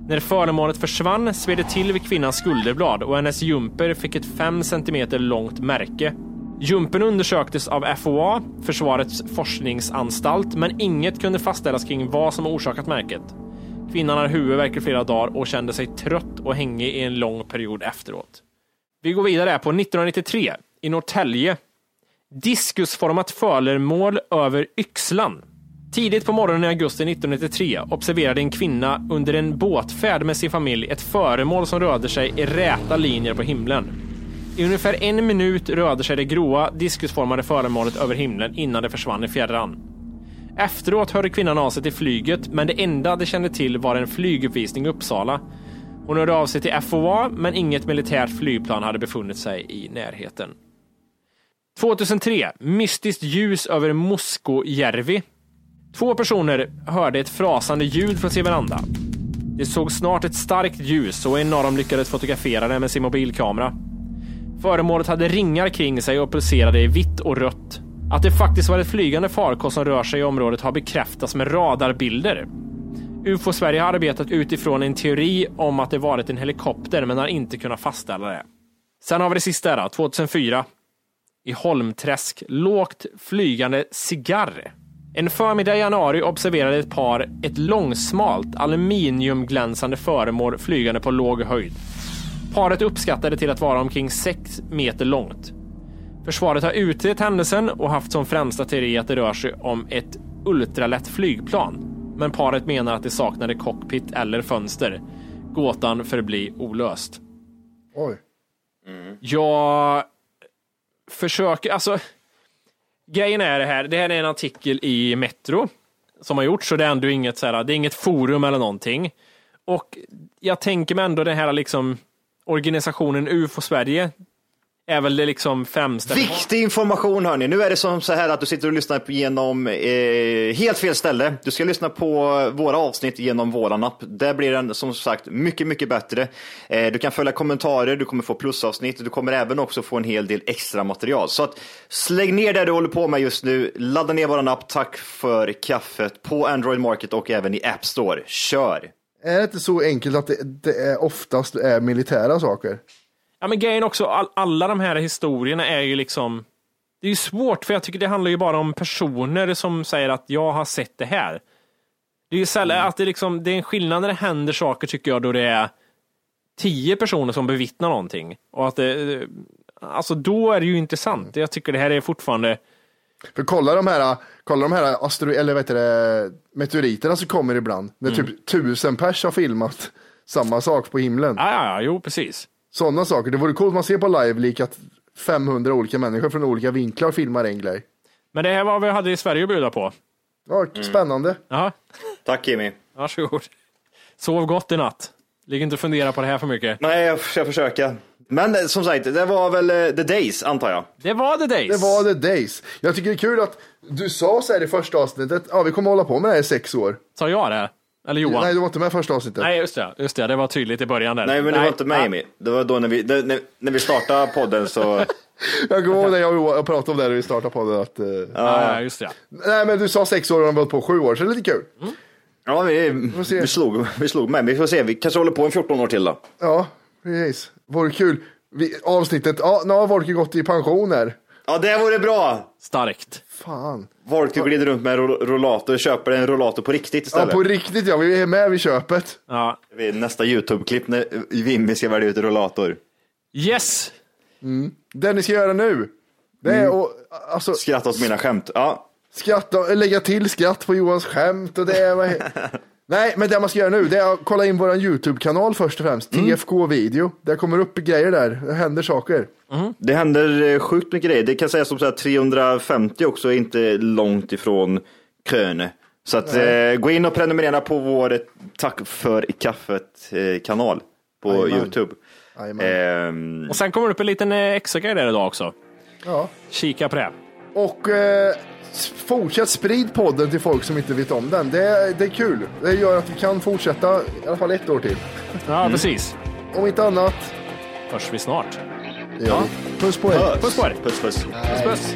När föremålet försvann sved det till vid kvinnans skulderblad och hennes jumper fick ett 5 cm långt märke. Jumpen undersöktes av FOA, Försvarets forskningsanstalt, men inget kunde fastställas kring vad som orsakat märket. Kvinnan har huvudvärk i flera dagar och kände sig trött och hängig i en lång period efteråt. Vi går vidare på 1993 i Norrtälje. Diskusformat föremål över Yxlan. Tidigt på morgonen i augusti 1993 observerade en kvinna under en båtfärd med sin familj ett föremål som rörde sig i räta linjer på himlen. I ungefär 1 minut rörde sig det gråa diskusformade föremålet över himlen innan det försvann i fjärran. Efteråt hörde kvinnan av sig till flyget, men det enda de kände till var en flyguppvisning i Uppsala. Hon hörde av sig till FOA, men inget militärt flygplan hade befunnit sig i närheten. 2003. Mystiskt ljus över Moskojärvi. 2 personer hörde ett frasande ljud från sin veranda. De såg snart ett starkt ljus och en av dem lyckades fotografera det med sin mobilkamera. Föremålet hade ringar kring sig och pulserade i vitt och rött. Att det faktiskt var ett flygande farkost som rör sig i området har bekräftats med radarbilder. UFO Sverige har arbetat utifrån en teori om att det varit en helikopter, men har inte kunnat fastställa det. Sen har vi det sista där, 2004. I Holmträsk, lågt flygande cigarr. En förmiddag i januari observerade ett par ett långsmalt aluminiumglänsande föremål flygande på låg höjd. Paret uppskattade till att vara omkring 6 meter långt. Försvaret har utrett händelsen och haft som främsta teori att det rör sig om ett ultralätt flygplan. Men paret menar att det saknade cockpit eller fönster. Gåtan förblir olöst. Oj. Jag försöker, alltså grejen är det här är en artikel i Metro som har gjorts, så det är ändå inget så här, det är inget forum eller någonting. Och jag tänker mig ändå den här liksom organisationen UFO Sverige är väl det liksom främsta. Viktig information hörni. Nu är det som så här att du sitter och lyssnar genom helt fel ställe. Du ska lyssna på våra avsnitt genom våran app. Där blir den som sagt mycket, mycket bättre. Du kan följa kommentarer, du kommer få plusavsnitt. Du kommer även också få en hel del extra material. Så att släng ner det du håller på med just nu. Ladda ner våran app. Tack för kaffet på Android Market och även i App Store. Kör! Är det inte så enkelt att det är oftast är militära saker? Ja, men grejen också, alla de här historierna är ju liksom, det är ju svårt, för jag tycker det handlar ju bara om personer som säger att jag har sett det här. Det är ju sällan att det liksom, det är en skillnad när det händer saker, tycker jag, då det är 10 personer som bevittnar någonting. Och att det, alltså då är det ju intressant. Jag tycker det här är fortfarande. För kolla de här eller meteoriterna som kommer ibland. När typ 1000 pers har filmat samma sak på himlen. Ja, jo, precis. Sådana saker. Det vore coolt man ser på live lika att 500 olika människor från olika vinklar filmar en grej. Men det här var vad vi hade i Sverige att bjuda på. Ja, spännande. Ja. Tack Jimmy. Varsågod. Sov gott i natt. Ligg inte och fundera på det här för mycket. Nej, jag ska försöka. Men som sagt, det var väl The Days, antar jag. Det var The Days. Det var The Days. Jag tycker det är kul att du sa så här i första avsnittet, ja, vi kommer hålla på med det här i 6 år. Sa jag det? Eller Johan? Nej, du var inte med i första avsnittet. Nej, just det. Det var tydligt i början där. Nej, men det var inte med Jimmy. Det var då när vi startade podden så... Jag går ihåg när jag pratade om det när vi startade podden. Att, ja, just det. Nej, men du sa 6 år och de var på 7 år, så det är lite kul. Mm. Ja, vi slog med. Vi får se, vi kanske håller på en 14 år till då. Ja, precis. Vore kul. Avsnittet, ja, nu har Volker gått i pension här. Ja, det vore bra. Starkt. Fan. Volker glider runt med rollator och köper en rollator på riktigt istället. Ja, på riktigt, ja. Vi är med vid köpet. Ja. Nästa YouTube-klipp när Jimmy ska välja ut en rollator. Yes. Det ni ska göra nu, det är att, alltså, skratta åt mina skämt. Ja. Skratta, lägga till skratt på Johans skämt och det är... Nej, men det man ska göra nu, det är att kolla in våran YouTube-kanal först och främst. TFK-video. Det kommer upp grejer där. Det händer saker. Det händer sjukt mycket grejer. Det kan sägas som så här 350 också är inte långt ifrån Kröne. Så att gå in och prenumerera på vår Tack för kaffet-kanal på YouTube. Och sen kommer det upp en liten extra grej där idag också. Ja. Kika på det. Och fortsätt sprid podden till folk som inte vet om den. Det är kul. Det gör att vi kan fortsätta i alla fall 1 år till. Ja, precis. Om inte annat. Hörs vi snart. Ja. Puss på er. Puss på er. Puss.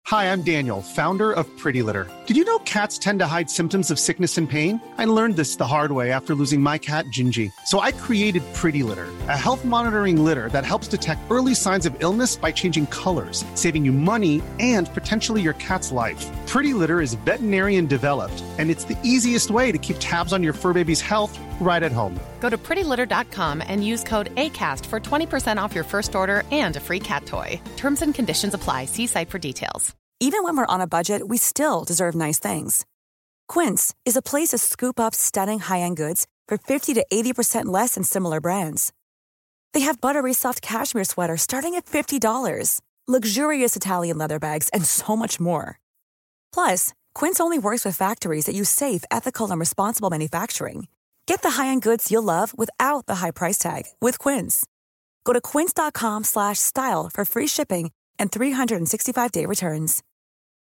Hi, I'm Daniel, founder of Pretty Litter. Did you know cats tend to hide symptoms of sickness and pain? I learned this the hard way after losing my cat, Gingy. So I created Pretty Litter, a health monitoring litter that helps detect early signs of illness by changing colors, saving you money and potentially your cat's life. Pretty Litter is veterinarian developed, and it's the easiest way to keep tabs on your fur baby's health right at home. Go to prettylitter.com and use code ACAST for 20% off your first order and a free cat toy. Terms and conditions apply. See site for details. Even when we're on a budget, we still deserve nice things. Quince is a place to scoop up stunning high-end goods for 50 to 80% less than similar brands. They have buttery soft cashmere sweaters starting at $50, luxurious Italian leather bags, and so much more. Plus, Quince only works with factories that use safe, ethical, and responsible manufacturing. Get the high-end goods you'll love without the high price tag with Quince. Go to quince.com/style for free shipping and 365-day returns.